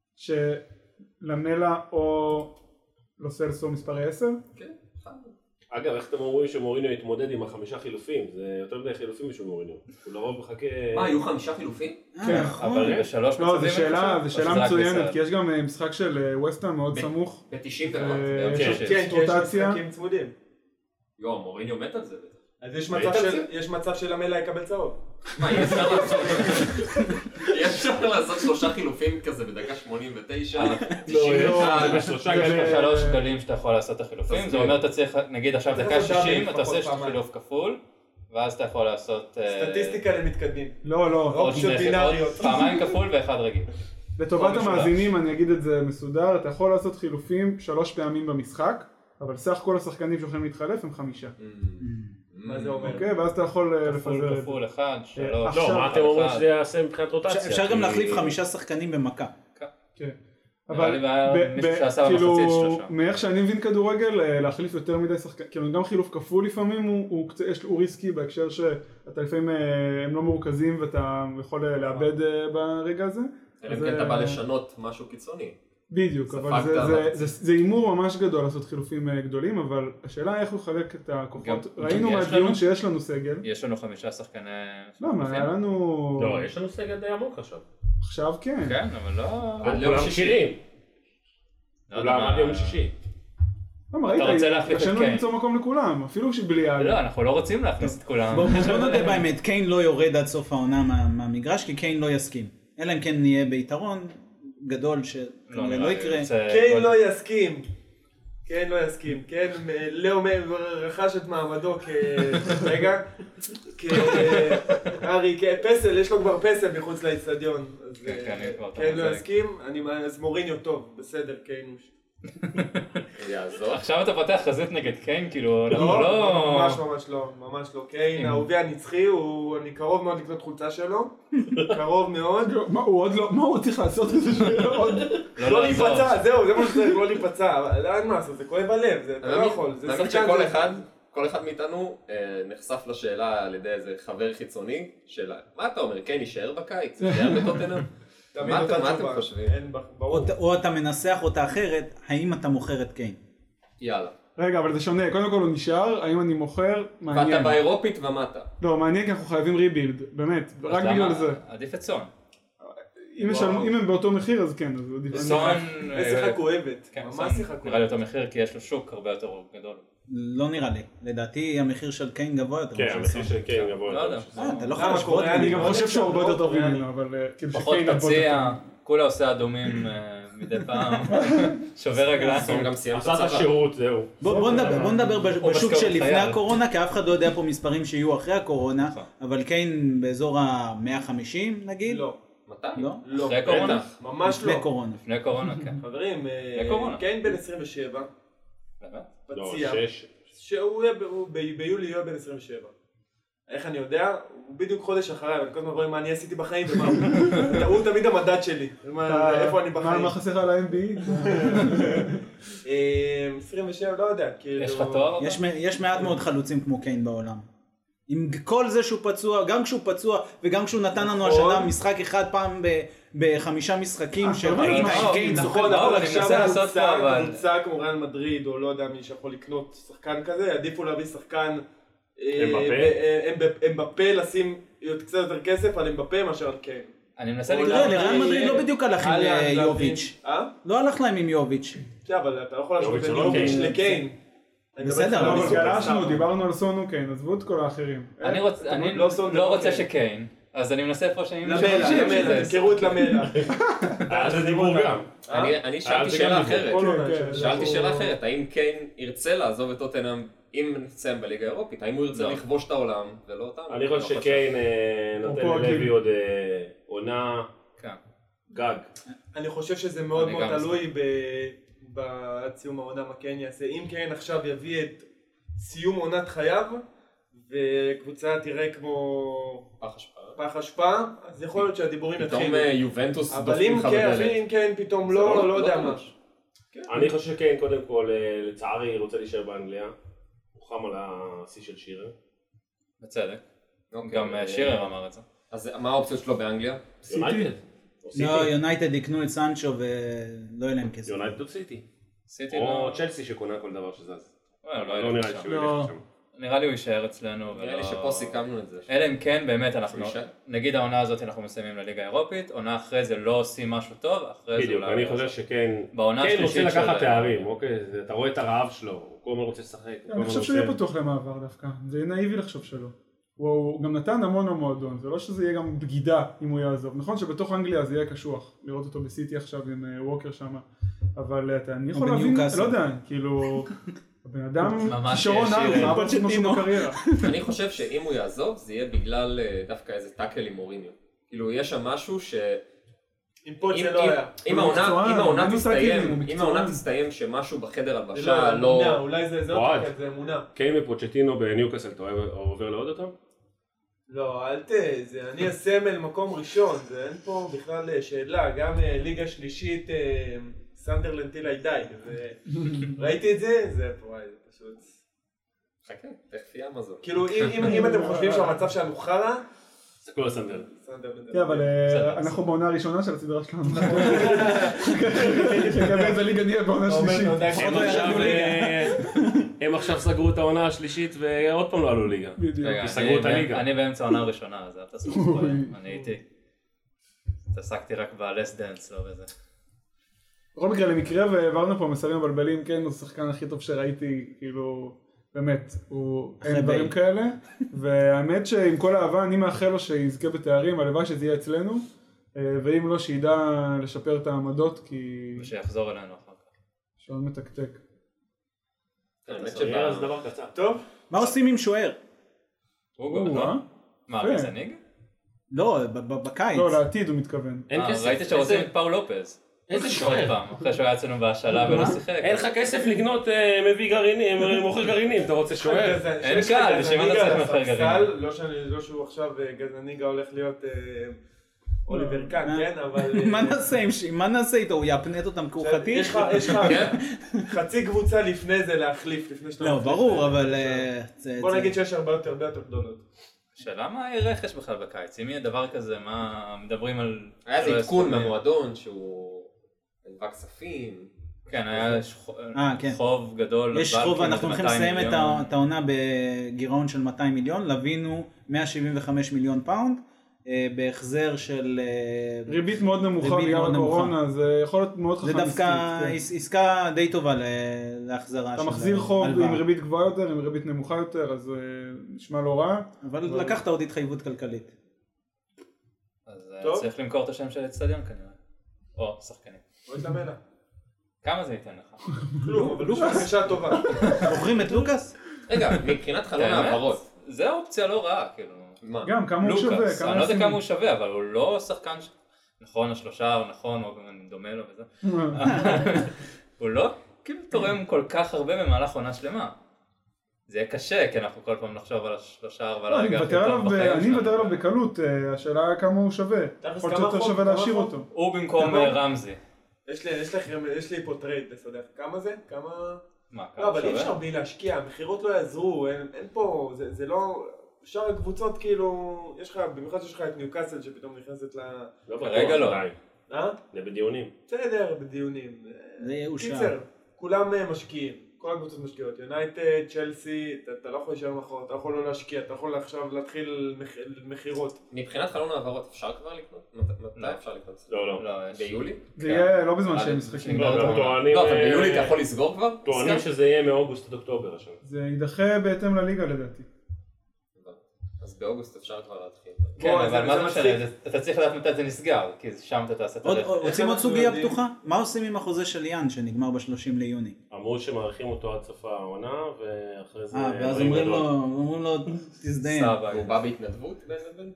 שלמלה או לא סלסו מספר עשר? כן, אחד. אגב, איך אתם אומרים שמוריניו יתמודד עם החמישה חילופים? זה יותר מדי חילופים משהו מוריניו. הוא לרוב מחכה... מה, היו חמישה חילופים? כן. אבל בשלוש מצבים... לא, זו שאלה מצוינת, כי יש גם משחק של ווסטהאם מאוד סמוך. ב-תשעים דקות. כן, כי יש משחקים צמודים. יואו, מוריניו מת על זה. אז יש מצב של המלה יקבל צהוב. מה, אי אפשר לעשות... אי אפשר לעשות שלושה חילופים כזה בדקה שמונים ותשע, תשעים ואחת, בשלושה גלים. שלוש גלים שאתה יכול לעשות את החילופים, זה אומר אתה צריך, נגיד עכשיו דקה שישים, אתה עושה חילוף כפול, ואז אתה יכול לעשות... סטטיסטיקה למתקדמים. לא, לא. אופציות בינאריות. פעמיים כפול ואחד רגיל. לטובת המאזינים אני אגיד את זה מסודר, אתה יכול לעשות חילופים שלוש פעמים במשחק, אבל סך כל השחקנים שיכולים להתחלף הם חמישה. מה זה אומר? אוקיי, ואז אתה יכול לפזר את זה. כפול אחד, שלוש. לא, מה אתם אומרים שזה יעשה מבחינת רוטציה? אפשר גם להחליף חמישה שחקנים במכה. כן. אבל כאילו, מאיך שאני מבין כדורגל, להחליף יותר מדי שחקנים, כאילו גם חילוף כפול לפעמים הוא ריסקי בהקשר שאתה לפעמים הם לא מורכזים ואתה יכול לאבד ברגע הזה. אלא אם אתה בא לשנות משהו קיצוני. בדיוק, אבל זה אימור ממש גדול לעשות חילופים גדולים, אבל השאלה איך הוא חלק את הכוחות, ראינו מהדיון שיש לנו סגל. יש לנו חמישה שחקני... לא, מה, היה לנו... לא, יש לנו סגל די עמוק עכשיו. עכשיו כן. כן, אבל לא... כולם מכירים. כולם עד יום שישי. למה, ראית, קשנו למצוא מקום לכולם, אפילו שבלי העלה. לא, אנחנו לא רוצים להכניס את כולם. בואו נודה באמת, קיין לא יורד עד סוף העונה מהמגרש, כי קיין לא יסכים. אלא אם כן נהיה ביתרון גדול שכנראה לא יקרה. קיין לא יסכים. קיין לא יסכים. קיין לא רכש את מעמדו כ... רגע. ארי, פסל, יש לו כבר פסל מחוץ לאצטדיון. קיין לא יסכים. אז מוריניו טוב, בסדר, קיין. עכשיו אתה פותח חזית נגד קיין, כאילו, לא, ממש ממש לא, ממש לא. קיין, האהובי הנצחי, אני קרוב מאוד לקנות חולצה שלו, קרוב מאוד. מה הוא עוד לא, מה הוא צריך לעשות את זה שעוד? לא להיפצע, זהו, זה מה שצריך, לא להיפצע, אין מה לעשות, זה כואב הלב, אתה לא יכול. האמת שכל אחד, כל אחד מאיתנו נחשף לשאלה על ידי איזה חבר חיצוני, שאלה, מה אתה אומר, קיין יישאר בקיץ, יישאר בטוטנהאם? מה אתם חושבים? או אתה מנסח אותה אחרת, האם אתה מוכר את קיין? יאללה. רגע, אבל זה שונה, קודם כל הוא נשאר, האם אני מוכר, מעניין. ואתה באירופית ומטה. לא, מעניין כי אנחנו חייבים ריבילד, באמת, רק בגלל זה. עדיף את סון. אם הם באותו מחיר אז כן, אז עדיף. סון... שיחק אוהבת, ממש שיחק אוהבת. נראה לי אותו מחיר כי יש לו שוק הרבה יותר גדול. לא נראה לי, לדעתי המחיר של קיין גבוה יותר. כן, המחיר של קיין גבוה יותר. אתה לא יכול לשפוט, אני גם חושב שהוא הרבה יותר טוב ממנו, אבל... פחות פציע, כולה עושה אדומים מדי פעם, שובר רגליים. עשה את השירות, זהו. בוא נדבר בשוק של לפני הקורונה, כי אף אחד לא יודע פה מספרים שיהיו אחרי הקורונה, אבל קיין באזור ה-מאה וחמישים נגיד? לא. מתי? לא. אחרי קורונה? ממש לא. לפני קורונה. לפני קורונה, כן. חברים, קיין בן עשרים ושבע. פציע. שהוא ביולי יהיה בן עשרים ושבע. איך אני יודע? הוא בדיוק חודש אחריי, ואני כל הזמן רואה מה אני עשיתי בחיים ומה הוא תמיד המדד שלי, איפה אני בחיים. מה חסר על ה-אם בי? עשרים ושבע, לא יודע. יש לך תואר? יש מעט מאוד חלוצים כמו קיין בעולם. עם כל זה שהוא פצוע, גם כשהוא פצוע וגם כשהוא נתן לנו השנה משחק אחד פעם בחמישה משחקים שראית את קיין צוחק. נכון, אבל עכשיו קבוצה כמו ריאל מדריד או לא יודע מי שיכול לקנות שחקן כזה, עדיפו להביא שחקן אמבפה, לשים קצת יותר כסף על אמבפה מאשר על קיין. אני מנסה לקרוא, לריאל מדריד לא בדיוק הלך עם יוביץ'. לא הלך להם עם יוביץ'. כן, אבל אתה לא יכול להשוות בין יוביץ' לקיין. בסדר, אבל גלשנו, דיברנו על סון וקיין, עזבו את כל האחרים. אני לא רוצה שקיין, אז אני מנסה איפה שאני... למלה, למלה, תזכרו את למלה. זה דיבור גם. אני שאלתי שאלה אחרת, שאלתי שאלה אחרת, האם קיין ירצה לעזוב את טוטנהאם אם נסיים בליגה האירופית, האם הוא ירצה לכבוש את העולם ולא אותנו? אני חושב שקיין נותן ללוי עוד עונה גג. אני חושב שזה מאוד מאוד תלוי בסיום העונה מה קיין יעשה. אם קיין עכשיו יביא את סיום עונת חייו וקבוצה תראה כמו פח אשפה, אז יכול להיות שהדיבורים יתחילו. פתאום יובנטוס דופקים לך בדלת. אבל אם קיין פתאום לא, לא יודע מה. אני חושב שקיין קודם כל לצערי רוצה להישאר באנגליה. הוא חם על השיא של שירר. בצדק. גם שירר אמר את זה. אז מה האופציות שלו באנגליה? יונייטד. לא, יונייטד יקנו את סנצ'ו ולא יהיה להם כסף. יונייטד או סיטי. או צ'לסי שקונה כל דבר שזז. לא נראה לי שהוא ילך שם. נראה לי הוא יישאר אצלנו. נראה לי שפה סיכמנו את זה. אלא אם כן באמת אנחנו, נגיד העונה הזאת אנחנו מסיימים לליגה האירופית, עונה אחרי זה לא עושים משהו טוב, אחרי זה בדיוק, אני חושב שכן, כן רוצה לקחת תארים, אוקיי, אתה רואה את הרעב שלו, הוא כל הזמן רוצה לשחק. אני חושב שהוא יהיה פתוח למעבר דווקא, זה יהיה נאיבי לחשוב שלו. הוא גם נתן המון המועדון, זה לא שזה יהיה גם בגידה אם הוא יעזוב. נכון שבתוך אנגליה זה יהיה קשוח, לראות אותו בסיטי עכשיו עם ווקר שם, אבל אני יכול להבין, לא יודע, כאילו... הבן אדם כישרון על, מה אבל שתנו שלו בקריירה. אני חושב שאם הוא יעזוב זה יהיה בגלל דווקא איזה טאקל עם מוריניו. כאילו יש שם משהו ש... עם פוד שלא היה. אם העונה תסתיים שמשהו בחדר הלבשה לא... אולי זה עוד כזה אמונה. קיין ופוצ'טינו בניוקאסל, אתה עובר לעוד אותם? לא, אל ת... אני הסמל מקום ראשון, זה אין פה בכלל שאלה, גם ליגה שלישית... סנדרלנד טיל הידי, ראיתי את זה, זה פה, זה פשוט... חכה, תכף יהיה אמזון. כאילו, אם אתם חושבים שהמצב שלנו חרא... זה כל הסנדרלנד. כן, אבל אנחנו בעונה הראשונה של הסדרה שלנו. שכבי איזה ליגה נהיה בעונה שלישית. הם עכשיו סגרו את העונה השלישית ועוד פעם לא עלו ליגה. בדיוק. סגרו את הליגה. אני באמצע העונה הראשונה, אז אל תעשו ספוילר, אני איתי. התעסקתי רק בלס דנס, לא בזה. בכל מקרה למקרה והעברנו פה מסרים מבלבלים, כן, הוא השחקן הכי טוב שראיתי, כאילו, באמת, הוא אין דברים כאלה, והאמת שעם כל האהבה אני מאחל לו שיזכה בתארים, הלוואי שזה יהיה אצלנו, ואם לא שידע לשפר את העמדות, כי... ושיחזור אלינו אחר כך. שעון מתקתק. האמת שבא זה דבר קצר. טוב. מה עושים עם שוער? מה, גזניג? לא, בקיץ. לא, לעתיד הוא מתכוון. ראית שרוצים את פאול לופז. איזה שוער. אחרי שהוא היה אצלנו בהשאלה ולא שיחק. אין לך כסף לקנות מביא גרעינים, מוכר גרעינים, אתה רוצה שוער? אין קל, בשביל מה אתה צריך מוכר גרעינים? לא שהוא עכשיו גזניגה הולך להיות אוליבר קאן, כן, אבל... מה נעשה עם שי? מה נעשה איתו? הוא יפנט אותם כוחתי? יש לך חצי קבוצה לפני זה להחליף, לפני שאתה... לא, ברור, אבל... בוא נגיד שיש הרבה יותר, הרבה יותר גדולות. שאלה מה יהיה רכש בכלל בקיץ? אם יהיה דבר כזה, מה מדברים על... היה איזה עדכון מהמועדון שהוא... נלווה כספים. כן, היה חוב גדול. יש חוב, אנחנו הולכים לסיים את העונה בגירעון של מאתיים מיליון, לווינו מאה שבעים וחמישה מיליון פאונד. בהחזר של ריבית מאוד נמוכה בגלל הקורונה, זה יכול להיות מאוד חכם. זה דווקא עסקה די טובה להחזרה. אתה מחזיר חוב עם ריבית גבוהה יותר, עם ריבית נמוכה יותר, אז נשמע לא רע. אבל לקחת עוד התחייבות כלכלית. אז צריך למכור את השם של האצטדיון כנראה. או שחקנים. או את המלע. כמה זה ייתן לך? כלום, אבל לוקאס חדשה טובה. מוכרים את לוקאס? רגע, מבחינת חלון העברות. זה אופציה לא רעה, כאילו. גם כמה הוא שווה, לוקאס, אני לא יודע כמה הוא שווה, אבל הוא לא שחקן, נכון, השלושה, נכון, או דומה לו וזה. הוא לא כאילו תורם כל כך הרבה במהלך עונה שלמה. זה יהיה קשה, כי אנחנו כל פעם נחשוב על השלושה, אבל אני מוותר עליו בקלות, השאלה כמה הוא שווה. יכול להיות יותר שווה להשאיר אותו. הוא במקום רמזי. יש לי פה טרייד, בסדר. כמה זה? כמה... מה, לא, אבל אי אפשר בלי להשקיע, המחירות לא יעזרו, אין פה, זה לא... שאר הקבוצות כאילו, יש לך, במיוחד שיש לך את ניוקאסל שפתאום נכנסת ל... לא, כרגע לא. אה? זה בדיונים. בסדר, בדיונים. זה יאושר. קיצר, כולם משקיעים, כל הקבוצות משקיעות. יונייטד, צ'לסי, אתה לא יכול להישאר מאחור, אתה יכול לא להשקיע, אתה יכול עכשיו להתחיל מחירות. מבחינת חלון העברות אפשר כבר לקנות? מתי אפשר לקנות? לא, לא. ביולי? זה יהיה לא בזמן שהם משחקים. לא, אבל ביולי אתה יכול לסגור כבר? טוענים שזה יהיה מאוגוסט עד אוקטובר השנה. זה יידחה בהתאם לליגה לדעתי. אז באוגוסט אפשר כבר להתחיל. כן, אבל מה זה משנה? אתה צריך לדעת מתי זה נסגר, כי שם אתה תעשה את הרכש. רוצים עוד סוגיה פתוחה? מה עושים עם החוזה של יאן שנגמר ב-שלושים ליוני? אמרו שמארחים אותו עד סוף העונה, ואחרי זה... אה, ואז אומרים לו, אומרים לו, תזדיין. הוא בא בהתנדבות בין לבין?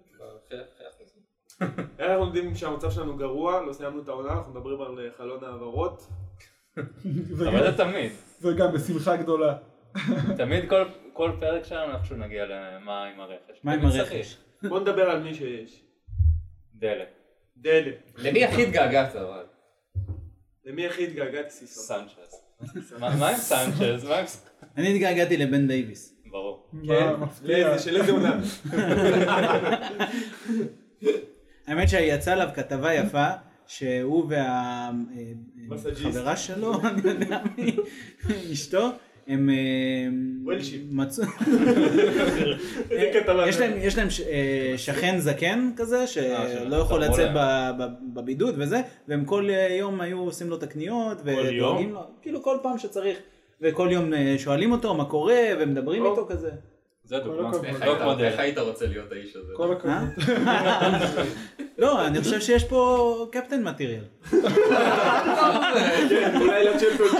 אנחנו יודעים שהמצב שלנו גרוע, לא סיימנו את העונה, אנחנו מדברים על חלון העברות. אבל זה תמיד. וגם בשמחה גדולה. תמיד כל פרק שלנו אנחנו נגיע למה עם הרכש. מה עם הרכש? בוא נדבר על מי שיש. דלה. דלה. למי הכי התגעגעת אבל? למי הכי התגעגעתי סיסו? סנצ'ז. מה עם סנצ'ז? אני התגעגעתי לבן דייביס. ברור. כן, לאיזה, של איזה עונה. האמת שיצא עליו כתבה יפה, שהוא והחברה שלו, אני יודע מי, אשתו, הם מצאו, יש להם שכן זקן כזה, שלא יכול לצאת בבידוד וזה, והם כל יום היו עושים לו את הקניות, ודואגים לו, כאילו כל פעם שצריך, וכל יום שואלים אותו מה קורה, ומדברים איתו כזה. זה דוגמה. איך היית רוצה להיות האיש הזה? כל הכבוד. לא, אני חושב שיש פה קפטן מטריאל. כן, אולי לצ'לפלד.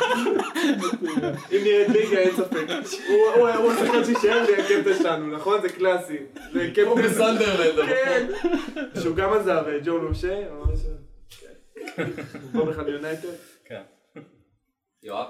אם נראית ליגה, אין ספק. הוא השחקן שישאר לי הקפטן שלנו, נכון? זה קלאסי. כמו בסנדרלנד. כן. שהוא גם עזב, ג'ו לושה. הוא בא בכלל יונייטד. כן. יואב.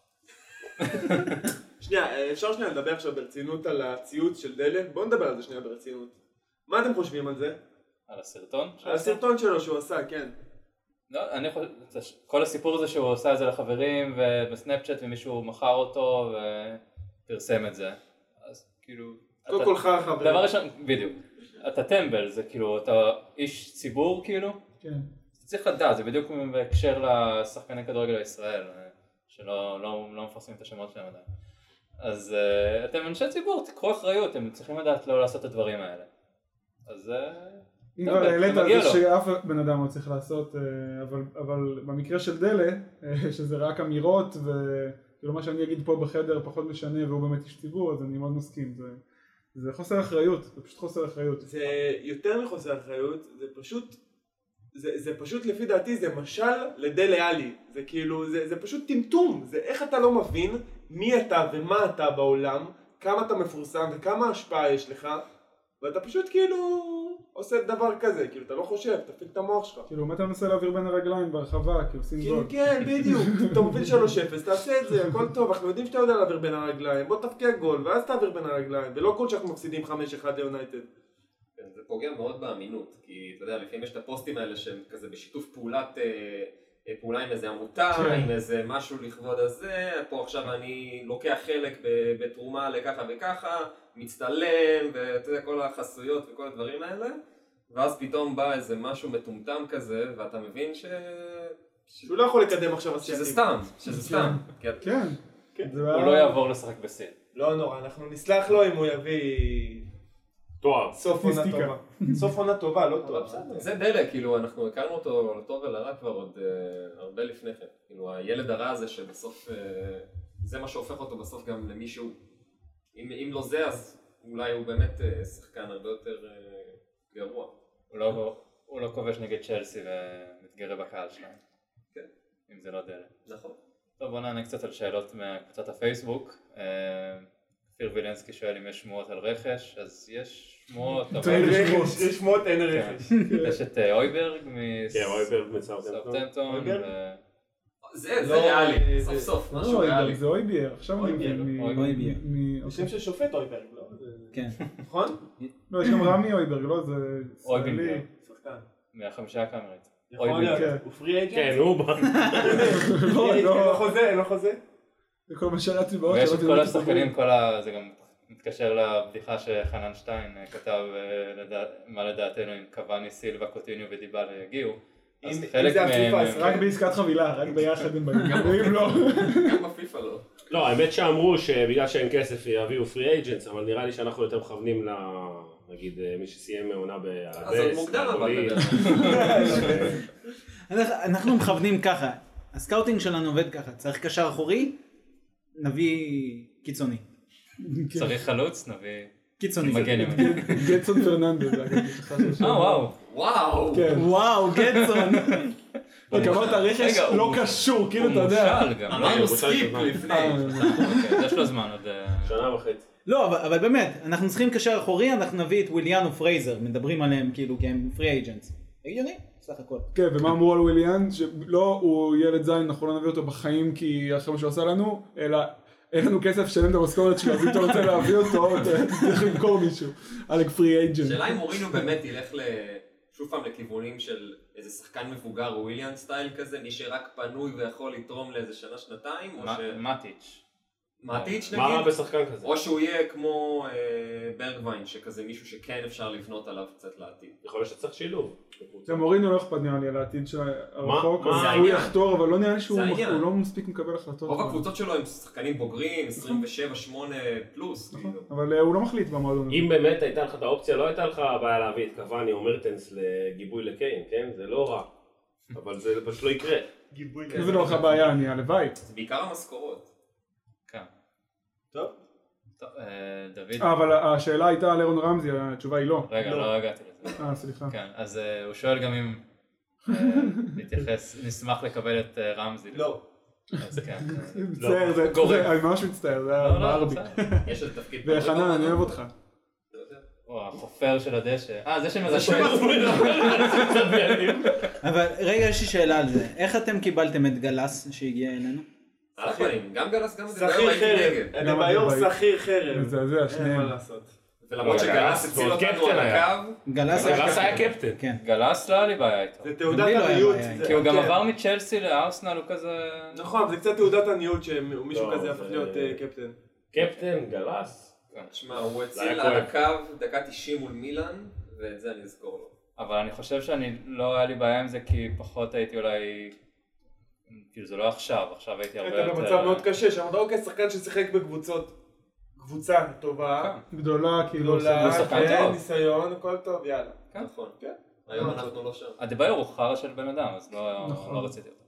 שנייה, אפשר שנייה לדבר עכשיו ברצינות על הציוץ של דלה? בואו נדבר על זה שנייה ברצינות. מה אתם חושבים על זה? על הסרטון? על הסרטון שלו שהוא עשה, כן. לא, אני חושב, כל הסיפור הזה שהוא עושה את זה לחברים ובסנאפצ'אט ומישהו מכר אותו ופרסם את זה. אז כאילו... כל כל חר חברים. דבר ראשון, בדיוק. אתה טמבל, זה כאילו, אתה איש ציבור כאילו. כן. אתה צריך לדעת, זה בדיוק בהקשר לשחקני כדורגל בישראל, שלא לא מפרסמים את השמות שלהם עדיין. אז uh, אתם אנשי ציבור, תקחו אחריות, אתם צריכים לדעת לא לעשות את הדברים האלה. אז... Uh, אם כבר העלית על זה שאף בן אדם לא צריך לעשות, אבל, אבל במקרה של דלה, שזה רק אמירות, וכאילו מה שאני אגיד פה בחדר פחות משנה, והוא באמת איש ציבור, אז אני מאוד מסכים. זה, זה חוסר אחריות, זה פשוט חוסר אחריות. זה יותר מחוסר אחריות, זה פשוט... זה, זה פשוט לפי דעתי זה משל לדלה עלי, זה כאילו, זה, זה פשוט טמטום, זה איך אתה לא מבין מי אתה ומה אתה בעולם, כמה אתה מפורסם וכמה השפעה יש לך, ואתה פשוט כאילו עושה דבר כזה, כאילו אתה לא חושב, תפעיל את המוח שלך. כאילו מה אתה מנסה להעביר בין הרגליים ברחבה, כאילו שים גול. כן, בדיוק, אתה מוביל שלוש אפס, תעשה את זה, הכל טוב, אנחנו יודעים שאתה יודע להעביר בין הרגליים, בוא תפקיע גול, ואז תעביר בין הרגליים, ולא כל שאנחנו מפסידים חמש אחד ליונייטד. זה פוגע מאוד באמינות, כי אתה יודע, לפעמים יש את הפוסטים האלה שהם כזה בשיתוף פעולת, פעולה עם איזה עמותה, עם איזה משהו לכבוד הזה, פה עכשיו אני לוקח חלק בתרומה לככה וככה, מצטלם, ואתה יודע, כל החסויות וכל הדברים האלה, ואז פתאום בא איזה משהו מטומטם כזה, ואתה מבין ש... שהוא לא יכול לקדם עכשיו שזה סתם, שזה סתם. כן. הוא לא יעבור לשחק בסין. לא נורא, אנחנו נסלח לו אם הוא יביא... תואר. סוף עונה טובה. סוף עונה טובה, לא טובה. זה דלק, כאילו אנחנו הכרנו אותו לטוב ולרע כבר עוד הרבה לפני כן. כאילו הילד הרע הזה שבסוף, זה מה שהופך אותו בסוף גם למישהו. אם לא זה, אז אולי הוא באמת שחקן הרבה יותר גרוע. הוא לא כובש נגד צ'לסי ומתגרה בקהל שלהם. כן. אם זה לא דלק. נכון. טוב, בוא נענה קצת על שאלות מקבוצת הפייסבוק. כפיר וילנסקי שואל אם יש שמועות על רכש, אז יש שמועות, אבל... יש שמועות, אין רכש. יש את אויברג מסאות'המפטון. זה ריאלי, סוף סוף, משהו ריאלי. זה אויבייר, עכשיו אני אויבייר. שם של שופט אויברג, לא? כן. נכון? לא, יש גם רמי אויברג, לא? זה אויברג. שחקן. מהחמישה הקאמרית. יכול להיות, הוא פרי אייג'נט? כן, הוא בא. אין לו חוזה, אין לו חוזה. זה כל מה שרצתי בראש. ויש את כל השחקנים, זה גם מתקשר לבדיחה שחנן שטיין כתב מה לדעתנו אם קוואני, סילבה, קוטיניו ודיבל יגיעו. אם זה הפיפה, רק בעסקת חבילה, רק ביחד עם בגלל. גם בפיפה לא. לא, האמת שאמרו שבגלל שאין כסף יביאו פרי אייג'נטס, אבל נראה לי שאנחנו יותר מכוונים ל... נגיד מי שסיים מעונה בעלבס. אז עוד מוקדם אבל. אנחנו מכוונים ככה, הסקאוטינג שלנו עובד ככה, צריך קשר אחורי, נביא קיצוני. צריך חלוץ, נביא קיצוני. מגן ימני. גטסון פרננדז. אה וואו. וואו. וואו, גטסון. אמרת רכש לא קשור, כאילו אתה יודע. הוא מושל גם. אמרנו סקיפ לפני. יש לו זמן עוד... שנה וחצי. לא, אבל באמת, אנחנו צריכים קשר אחורי, אנחנו נביא את וויליאן ופרייזר, מדברים עליהם כאילו כי הם פרי אייג'נטס. הגיוני, סך הכל. כן, ומה אמרו על וויליאן? שלא, הוא ילד זין, אנחנו לא נביא אותו בחיים כי אחרי מה שהוא עשה לנו, אלא אין לנו כסף שלם את המשכורת שלו, אז אם אתה רוצה להביא אותו, צריך למכור מישהו, על פרי אייג'נט. שאלה אם מורינו באמת ילך שוב פעם לכיוונים של איזה שחקן מבוגר וויליאן סטייל כזה, מי שרק פנוי ויכול לתרום לאיזה שנה שנתיים, או ש... מטיץ'. מטיץ' נגיד? מה רע בשחקן כזה? או שהוא יהיה כמו ברגווין, שכזה מישהו שכן אפשר לבנות עליו קצת לעתיד. יכול להיות שצריך שילוב. זה מורינו לא אכפת נראה לי על העתיד של הרחוק, הוא יחתור, אבל לא נראה לי שהוא לא מספיק מקבל החלטות. רוב הקבוצות שלו הם שחקנים בוגרים, עשרים ושבע שמונה פלוס. אבל הוא לא מחליט במועדון. אם באמת הייתה לך את האופציה, לא הייתה לך בעיה להביא את קוואני או מרטנס לגיבוי לקיין, כן? זה לא רע. אבל זה פשוט לא יקרה. גיבוי. זה לא לך בעיה, אני הלוואי. זה בעיקר המשכורות. כן. טוב. דוד. אבל השאלה הייתה על אירון רמזי, התשובה היא לא. רגע, לא הגעתי לזה. אה, סליחה. כן, אז הוא שואל גם אם נתייחס, נשמח לקבל את רמזי. לא. אז כן. מצטער, אני ממש מצטער, זה היה בארבי. יש איזה תפקיד. וחנן, אני אוהב אותך. או, החופר של הדשא. אה, זה שמרשם. אבל רגע, יש לי שאלה על זה. איך אתם קיבלתם את גלס שהגיע אלינו? על הפנים, גם גלס, גם שכיר חרב. אני ביום שכיר חרב. זה, זה, שניהם. אין מה לעשות. ולמרות שגלס הציל אותנו על הקו. גלס היה קפטן. כן. גלס לא היה לי בעיה איתו. זה תעודת עניות. כי הוא גם עבר מצ'לסי לארסנל, הוא כזה... נכון, זה קצת תעודת עניות שמישהו כזה הפך להיות קפטן. קפטן, גלס. תשמע, הוא הציל על הקו דקה תשעים מול מילאן, ואת זה אני אזכור לו. אבל אני חושב שאני לא היה לי בעיה עם זה, כי פחות הייתי אולי... כאילו זה לא עכשיו, עכשיו הייתי הרבה יותר... היית במצב מאוד קשה, שאמרת אוקיי, שחקן ששיחק בקבוצות, קבוצה טובה, גדולה, כאילו... גדולה, ניסיון, הכל טוב, יאללה. נכון. היום אנחנו לא שם. הדיבר הוא חרא של בן אדם, אז לא רציתי אותו.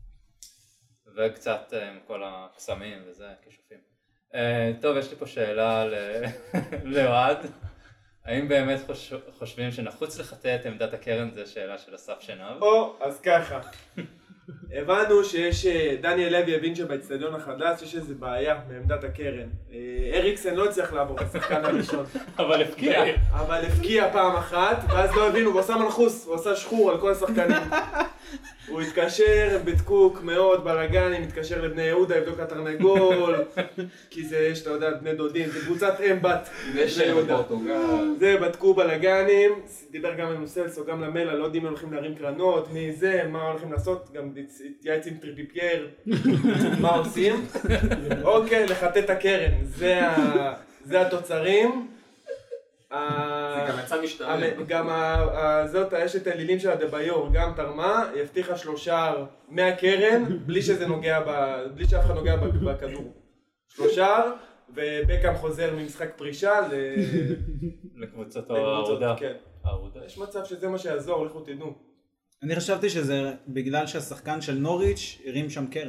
וקצת עם כל הקסמים וזה, כישופים. טוב, יש לי פה שאלה לאוהד. האם באמת חושבים שנחוץ לחטא את עמדת הקרן? זה שאלה של אסף שנב. או, אז ככה. הבנו שיש, דניאל לוי הבין שבאצטדיון החדש יש איזו בעיה מעמדת הקרן. אריקסן לא הצליח לעבור את השחקן הראשון. אבל הפקיע. אבל הפקיע פעם אחת, ואז לא הבינו, הוא עשה מנחוס, הוא עשה שחור על כל השחקנים. הוא התקשר, הם בדקו מאוד בלגנים, התקשר לבני יהודה, יבדוק התרנגול, כי זה, יש, אתה יודע, בני דודים, זה קבוצת אם בת בני יהודה. זה, בדקו בלגנים, דיבר גם עם סלסו, גם למלה, לא יודעים אם הולכים להרים קרנות, מי זה, מה הולכים לעשות, גם התייעץ עם טריפיפייר, מה עושים. אוקיי, לחטא את הקרן, זה התוצרים. זה גם יצא משתלם. גם זאת, יש את האלילים של הדביור, גם תרמה, היא הבטיחה שלושה מהקרן, בלי שזה נוגע, בלי שאף אחד נוגע בכדור. שלושה, ובקאם חוזר ממשחק פרישה לקבוצת העבודה. יש מצב שזה מה שיעזור, לכו תדעו. אני חשבתי שזה בגלל שהשחקן של נוריץ' הרים שם קרן.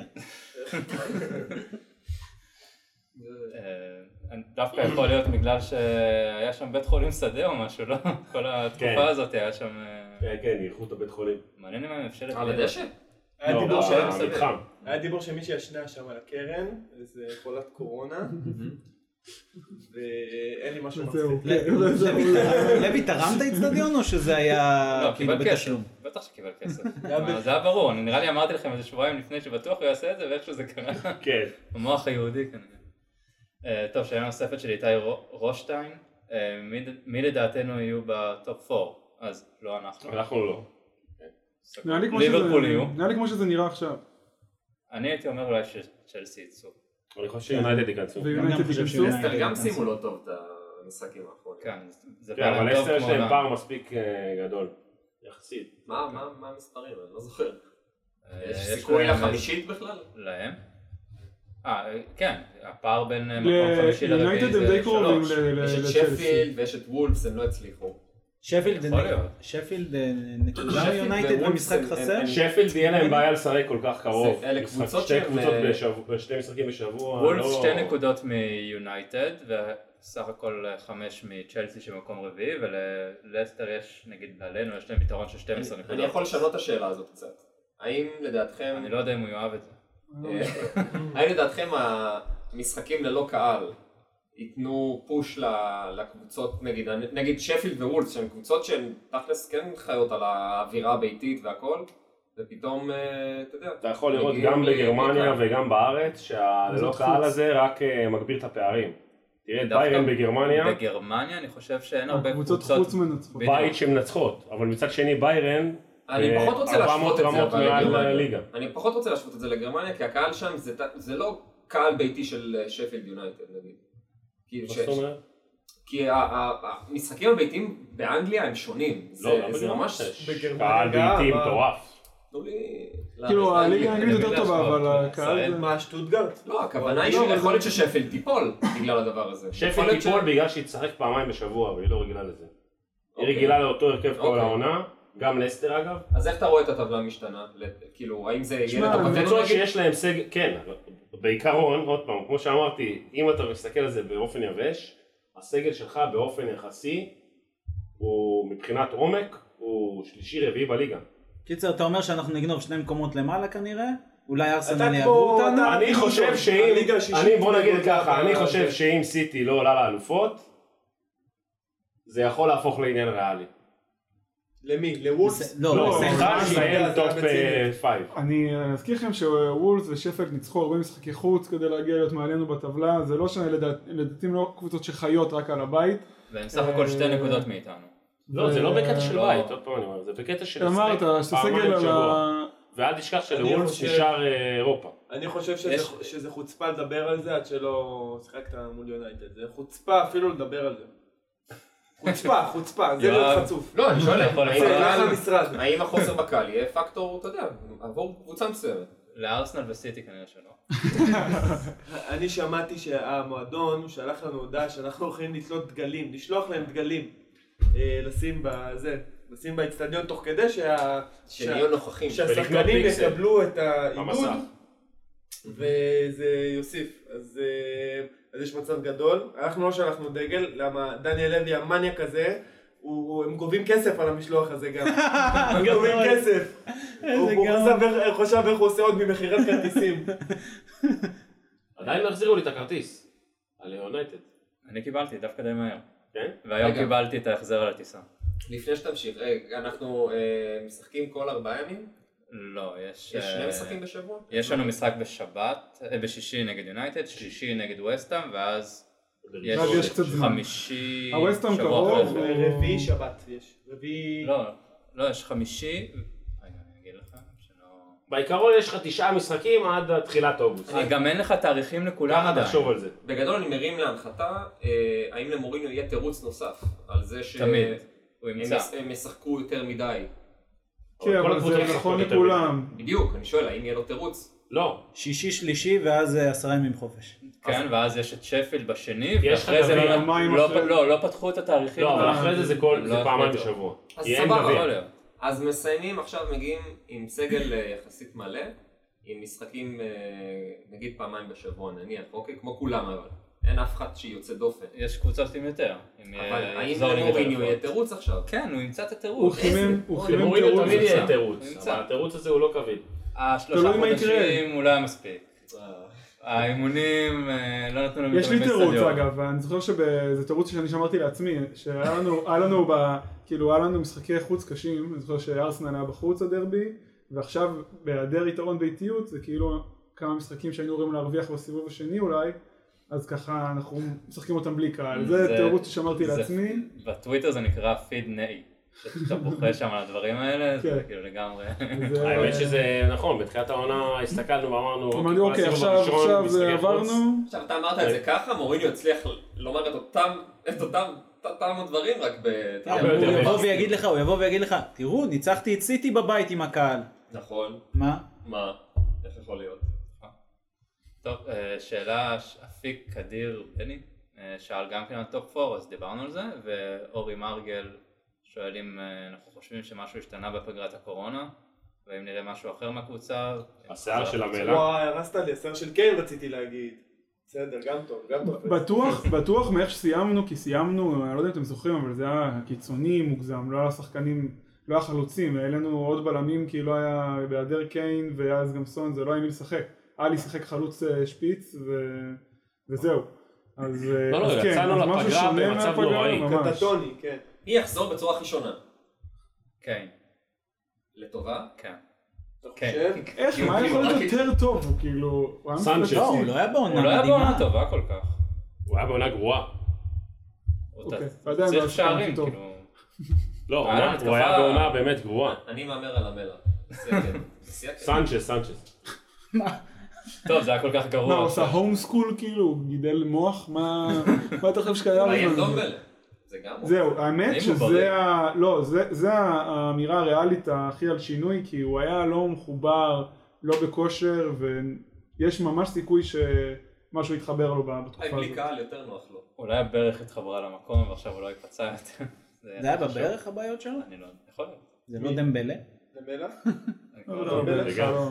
דווקא יכול להיות בגלל שהיה שם בית חולים שדה או משהו, לא? כל התקופה הזאת היה שם... כן, כן, ייחו את הבית חולים. מעניין אם הם אפשרת... על הדשא? היה דיבור שמישהי ישנה שם על הקרן, איזה חולת קורונה, ואין לי משהו מצחיק. לוי, תרמת אצטדיון או שזה היה... לא, קיבל כסף. בטח שקיבל כסף. זה היה ברור, נראה לי אמרתי לכם איזה שבועיים לפני שבטוח הוא יעשה את זה ואיך שזה קרה. כן. המוח היהודי כנראה. טוב, שאלה נוספת של איתי רושטיין, מי לדעתנו יהיו בטופ ארבע? אז לא אנחנו. אנחנו לא. ליברפול יהיו. נראה לי כמו שזה נראה עכשיו. אני הייתי אומר אולי שצ'לסי יצאו. אני חושב שיונייטד ייכנסו. לסטר גם שימו לא טוב את המשחקים האחרונים. כן, אבל לסטר יש להם פער מספיק גדול. יחסית. מה המספרים? אני לא זוכר. יש סיכוי לחמישית בכלל? להם? אה, כן, הפער בין מקום חמישי לרביעי זה שלוש. יש את שפילד ויש את וולפס, הם לא הצליחו. שפילד נקודה מיונייטד במשחק חסר? שפילד יהיה להם בעיה לשחק כל כך קרוב. אלה קבוצות שתי קבוצות בשתי משחקים בשבוע. וולפס שתי נקודות מיונייטד וסך הכל חמש מצ'לסי שמקום רביעי, ולסטר יש נגיד עלינו יש להם יתרון של שתים עשרה נקודות. אני יכול לשנות את השאלה הזאת קצת. האם לדעתכם... אני לא יודע אם הוא יאהב את זה. האם לדעתכם המשחקים ללא קהל ייתנו פוש לקבוצות, נגיד, נגיד שפילד ווולפס, שהן קבוצות שהן תכלס כן חיות על האווירה הביתית והכל, ופתאום, אתה יודע... אתה יכול לראות גם בגרמניה וגם בארץ, שהלא קהל הזה רק מגביר את הפערים. תראה את ביירן בגרמניה. בגרמניה אני חושב שאין הרבה קבוצות חוץ מנצחות. בית שמנצחות, אבל מצד שני ביירן, אני פחות רוצה להשוות את זה לגרמניה. אני פחות רוצה להשוות את זה לגרמניה, כי הקהל שם זה לא קהל ביתי של שפילד יונייטד, נגיד. כי המשחקים הביתיים באנגליה הם שונים. זה ממש... קהל ביתי מטורף. כאילו הליגה האנגלית יותר טובה, אבל הקהל זה... מה, שטוטגרט? לא, הכוונה היא שיכול להיות ששפילד תיפול בגלל הדבר הזה. שפילד תיפול בגלל שהיא תשחק פעמיים בשבוע, והיא לא רגילה לזה. היא רגילה לאותו הרכב כל העונה. גם לסטר אגב. אז איך אתה רואה את הטבלה המשתנה? כאילו, האם זה יהיה לטובתנו? קבוצות שיש להם סגל, כן, בעיקרון, עוד פעם, כמו שאמרתי, אם אתה מסתכל על זה באופן יבש, הסגל שלך באופן יחסי, הוא מבחינת עומק, הוא שלישי רביעי בליגה. קיצר, אתה אומר שאנחנו נגנוב שני מקומות למעלה כנראה? אולי ארסנל יעברו אותנו? אני חושב שאם, בוא נגיד ככה, אני חושב שאם סיטי לא עולה לאלופות, זה יכול להפוך לעניין ריאלי. למי? לוולפס? לא, זה אחד שיהיה לטופ פייב. אני אזכיר לכם שוולפס ושפילד ניצחו הרבה משחקי חוץ כדי להגיע להיות מעלינו בטבלה, זה לא שלדעתי לא קבוצות שחיות רק על הבית. והם סך הכל שתי נקודות מאיתנו. לא, זה לא בקטע של בית, עוד פעם אני אומר, זה בקטע של אמרת, שסגל על ה... ואל תשכח שלוולפס נשאר אירופה. אני חושב שזה חוצפה לדבר על זה עד שלא שחקת מול יונייטד, זה חוצפה אפילו לדבר על זה. חוצפה, חוצפה, זה לא חצוף. לא, אני שואל, האם החוסר בקהל יהיה פקטור, אתה יודע, עבור קבוצה מסוימת. לארסנל וסיטי כנראה שלא. אני שמעתי שהמועדון שלח לנו הודעה שאנחנו הולכים לתלות דגלים, לשלוח להם דגלים, לשים בזה, לשים באצטדיון תוך כדי שנהיו נוכחים, שהשחקנים יקבלו את העידוד וזה יוסיף. אז אז יש מצב גדול, אנחנו לא שלחנו דגל, למה דניאל לוי המניה כזה, הם גובים כסף על המשלוח הזה גם, הם גובים כסף, הוא חושב איך הוא עושה עוד ממחירת כרטיסים. עדיין לא החזירו לי את הכרטיס. על יונייטד. אני קיבלתי דווקא די מהר. כן? והיום קיבלתי את ההחזר על הטיסה. לפני שתמשיך, אנחנו משחקים כל ארבעה ימים? לא, יש... יש שני משחקים בשבוע? יש לנו משחק בשבת, בשישי נגד יונייטד, שלישי נגד ווסטהאם, ואז יש חמישי... הווסטהאם קרוב, רביעי שבת יש. רביעי... לא, לא, יש חמישי... רגע, אני אגיד לך, שלא... בעיקרון יש לך תשעה משחקים עד תחילת אוגוסט. גם אין לך תאריכים לכולם עדיין. ככה תחשוב על זה. בגדול אני מרים להנחתה, האם למוריניו יהיה תירוץ נוסף על זה ש... תמיד, הוא ימצא. הם ישחקו יותר מדי. כן, אבל זה נכון לכולם. בדיוק, אני שואל, האם יהיה לו תירוץ? לא. שישי שלישי ואז עשרה ימים חופש. כן, ואז יש את שפילד בשני, ואחרי זה לא פתחו את התאריכים. לא, אבל אחרי זה זה פעמיים בשבוע. אז סבבה. אז מסיימים, עכשיו מגיעים עם סגל יחסית מלא, עם משחקים נגיד פעמיים בשבוע, נניח, אוקיי, כמו כולם אבל. אין אף אחד שיוצא דופן. יש קבוצות עם יותר. אבל האם למוריניו יהיה תירוץ עכשיו? כן, הוא ימצא את התירוץ. הוא חימם למוריניו תמיד יהיה תירוץ, אבל התירוץ הזה הוא לא קביל. השלושה חודשים אולי מספיק. האימונים לא נתנו לנו... יש לי תירוץ אגב, ואני זוכר שזה תירוץ שאני שמרתי לעצמי, שהיה לנו, כאילו היה לנו משחקי חוץ קשים, אני זוכר שארסנל היה בחוץ הדרבי, ועכשיו בהיעדר יתרון ביתיות, זה כאילו כמה משחקים שהיינו רואים להרוויח בסיבוב השני אולי, אז ככה אנחנו משחקים אותם בלי קהל, זה תירוץ ששמרתי לעצמי. בטוויטר זה נקרא פיד נאי, שאתה בוכה שם על הדברים האלה, זה כאילו לגמרי... האמת שזה נכון, בתחילת העונה הסתכלנו ואמרנו, אוקיי, עכשיו זה עברנו. עכשיו אתה אמרת את זה ככה, מוריניו הצליח לומר את אותם, את אותם, אותם הדברים רק ב... הוא יבוא ויגיד לך, הוא יבוא ויגיד לך, תראו, ניצחתי את סיטי בבית עם הקהל. נכון. מה? מה? איך יכול להיות? טוב, שאלה אפיק קדיר בני, שאל גם כן על טופ ארבע, אז דיברנו על זה, ואורי מרגל שואל אם אנחנו חושבים שמשהו השתנה בפגרת הקורונה, ואם נראה משהו אחר מהקבוצה. השיער של המלח. וואי, הרסת לי, השיער של קיין רציתי להגיד. בסדר, גם טוב, גם טוב. בטוח, בטוח מאיך שסיימנו, כי סיימנו, אני לא יודע אם אתם זוכרים, אבל זה היה קיצוני, מוגזם, לא היה שחקנים, לא היה חלוצים, היה לנו עוד בלמים כי לא היה בהיעדר קיין, ואז גם סון, זה לא היה מי לשחק. היה לי שחק חלוץ שפיץ וזהו. אז יצאנו לפגרה במצב נוראי. קטטוני, כן. מי יחזור בצורה הכי שונה? כן. לטובה? כן. איך? מה יכול להיות יותר טוב? הוא כאילו... סנצ'ס. לא, הוא לא היה בעונה מדהימה. הוא לא היה בעונה טובה כל כך. הוא היה בעונה גרועה. צריך שערים כאילו. לא, הוא היה בעונה באמת גרועה. אני מאמר על המלח. סנצ'ס, סנצ'ס. מה? טוב, זה היה כל כך גרוע. מה, הוא עושה הום סקול כאילו? הוא גידל מוח? מה אתה חושב שקיים? אולי אין דומבל. זה גם... זהו, האמת שזה ה... לא, זה האמירה הריאלית הכי על שינוי, כי הוא היה לא מחובר, לא בכושר, ויש ממש סיכוי שמשהו יתחבר לו בתקופה הזאת. בלי קהל יותר נוח לו. אולי הברך התחברה למקום, ועכשיו הוא לא ייפצע יותר. זה היה בברך הבעיות שלו? אני לא... יכול להיות. זה לא דמבלה? דמבלה? לא, דמבלה.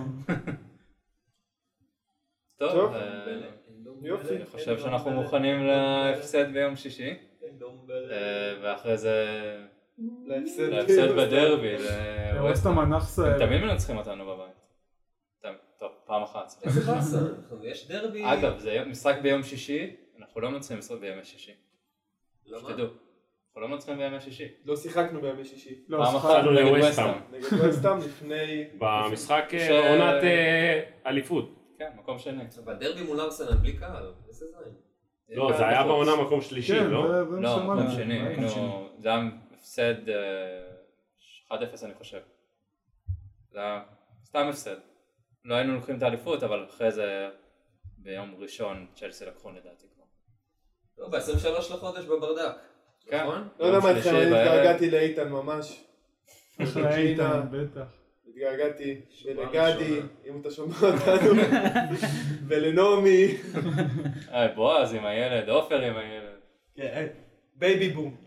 טוב, יופי. אני חושב שאנחנו מוכנים להפסד ביום שישי. ואחרי זה להפסד בדרבי. ווסטהאם מנחס... הם תמיד מנצחים אותנו בבית. טוב, פעם אחת. איזה באסה, יש דרבי... אגב, זה משחק ביום שישי, אנחנו לא מנצחים משחק בימי שישי. למה? שתדעו. אנחנו לא מנצחים בימי שישי. לא שיחקנו בימי שישי. פעם אחת נגד ווסטהאם. נגד ווסטהאם לפני... במשחק עונת אליפות. כן, מקום שני. בדרבי מול ארסנל בלי קהל, איזה זין. לא, זה היה בעונה מקום שלישי, לא? לא, מקום שני. זה היה הפסד אחד אפס אני חושב. זה היה סתם הפסד. לא היינו לוקחים את האליפות, אבל אחרי זה ביום ראשון צ'לסי לקחו לדעתי כבר. לא, ב-עשרים ושלושה לחודש בברדק. נכון? לא יודע מה אתכם, אני התגעגעתי לאיתן ממש. לאיתן, בטח. התגעגעתי ולגדי, אם אתה שומע אותנו, ולנעמי. בועז עם הילד, עופר עם הילד. כן, בייבי בום.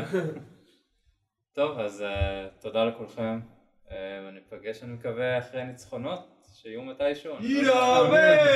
טוב, אז תודה לכולכם. אני אפגש, אני מקווה, אחרי ניצחונות, שיהיו מתישהו. יאמן!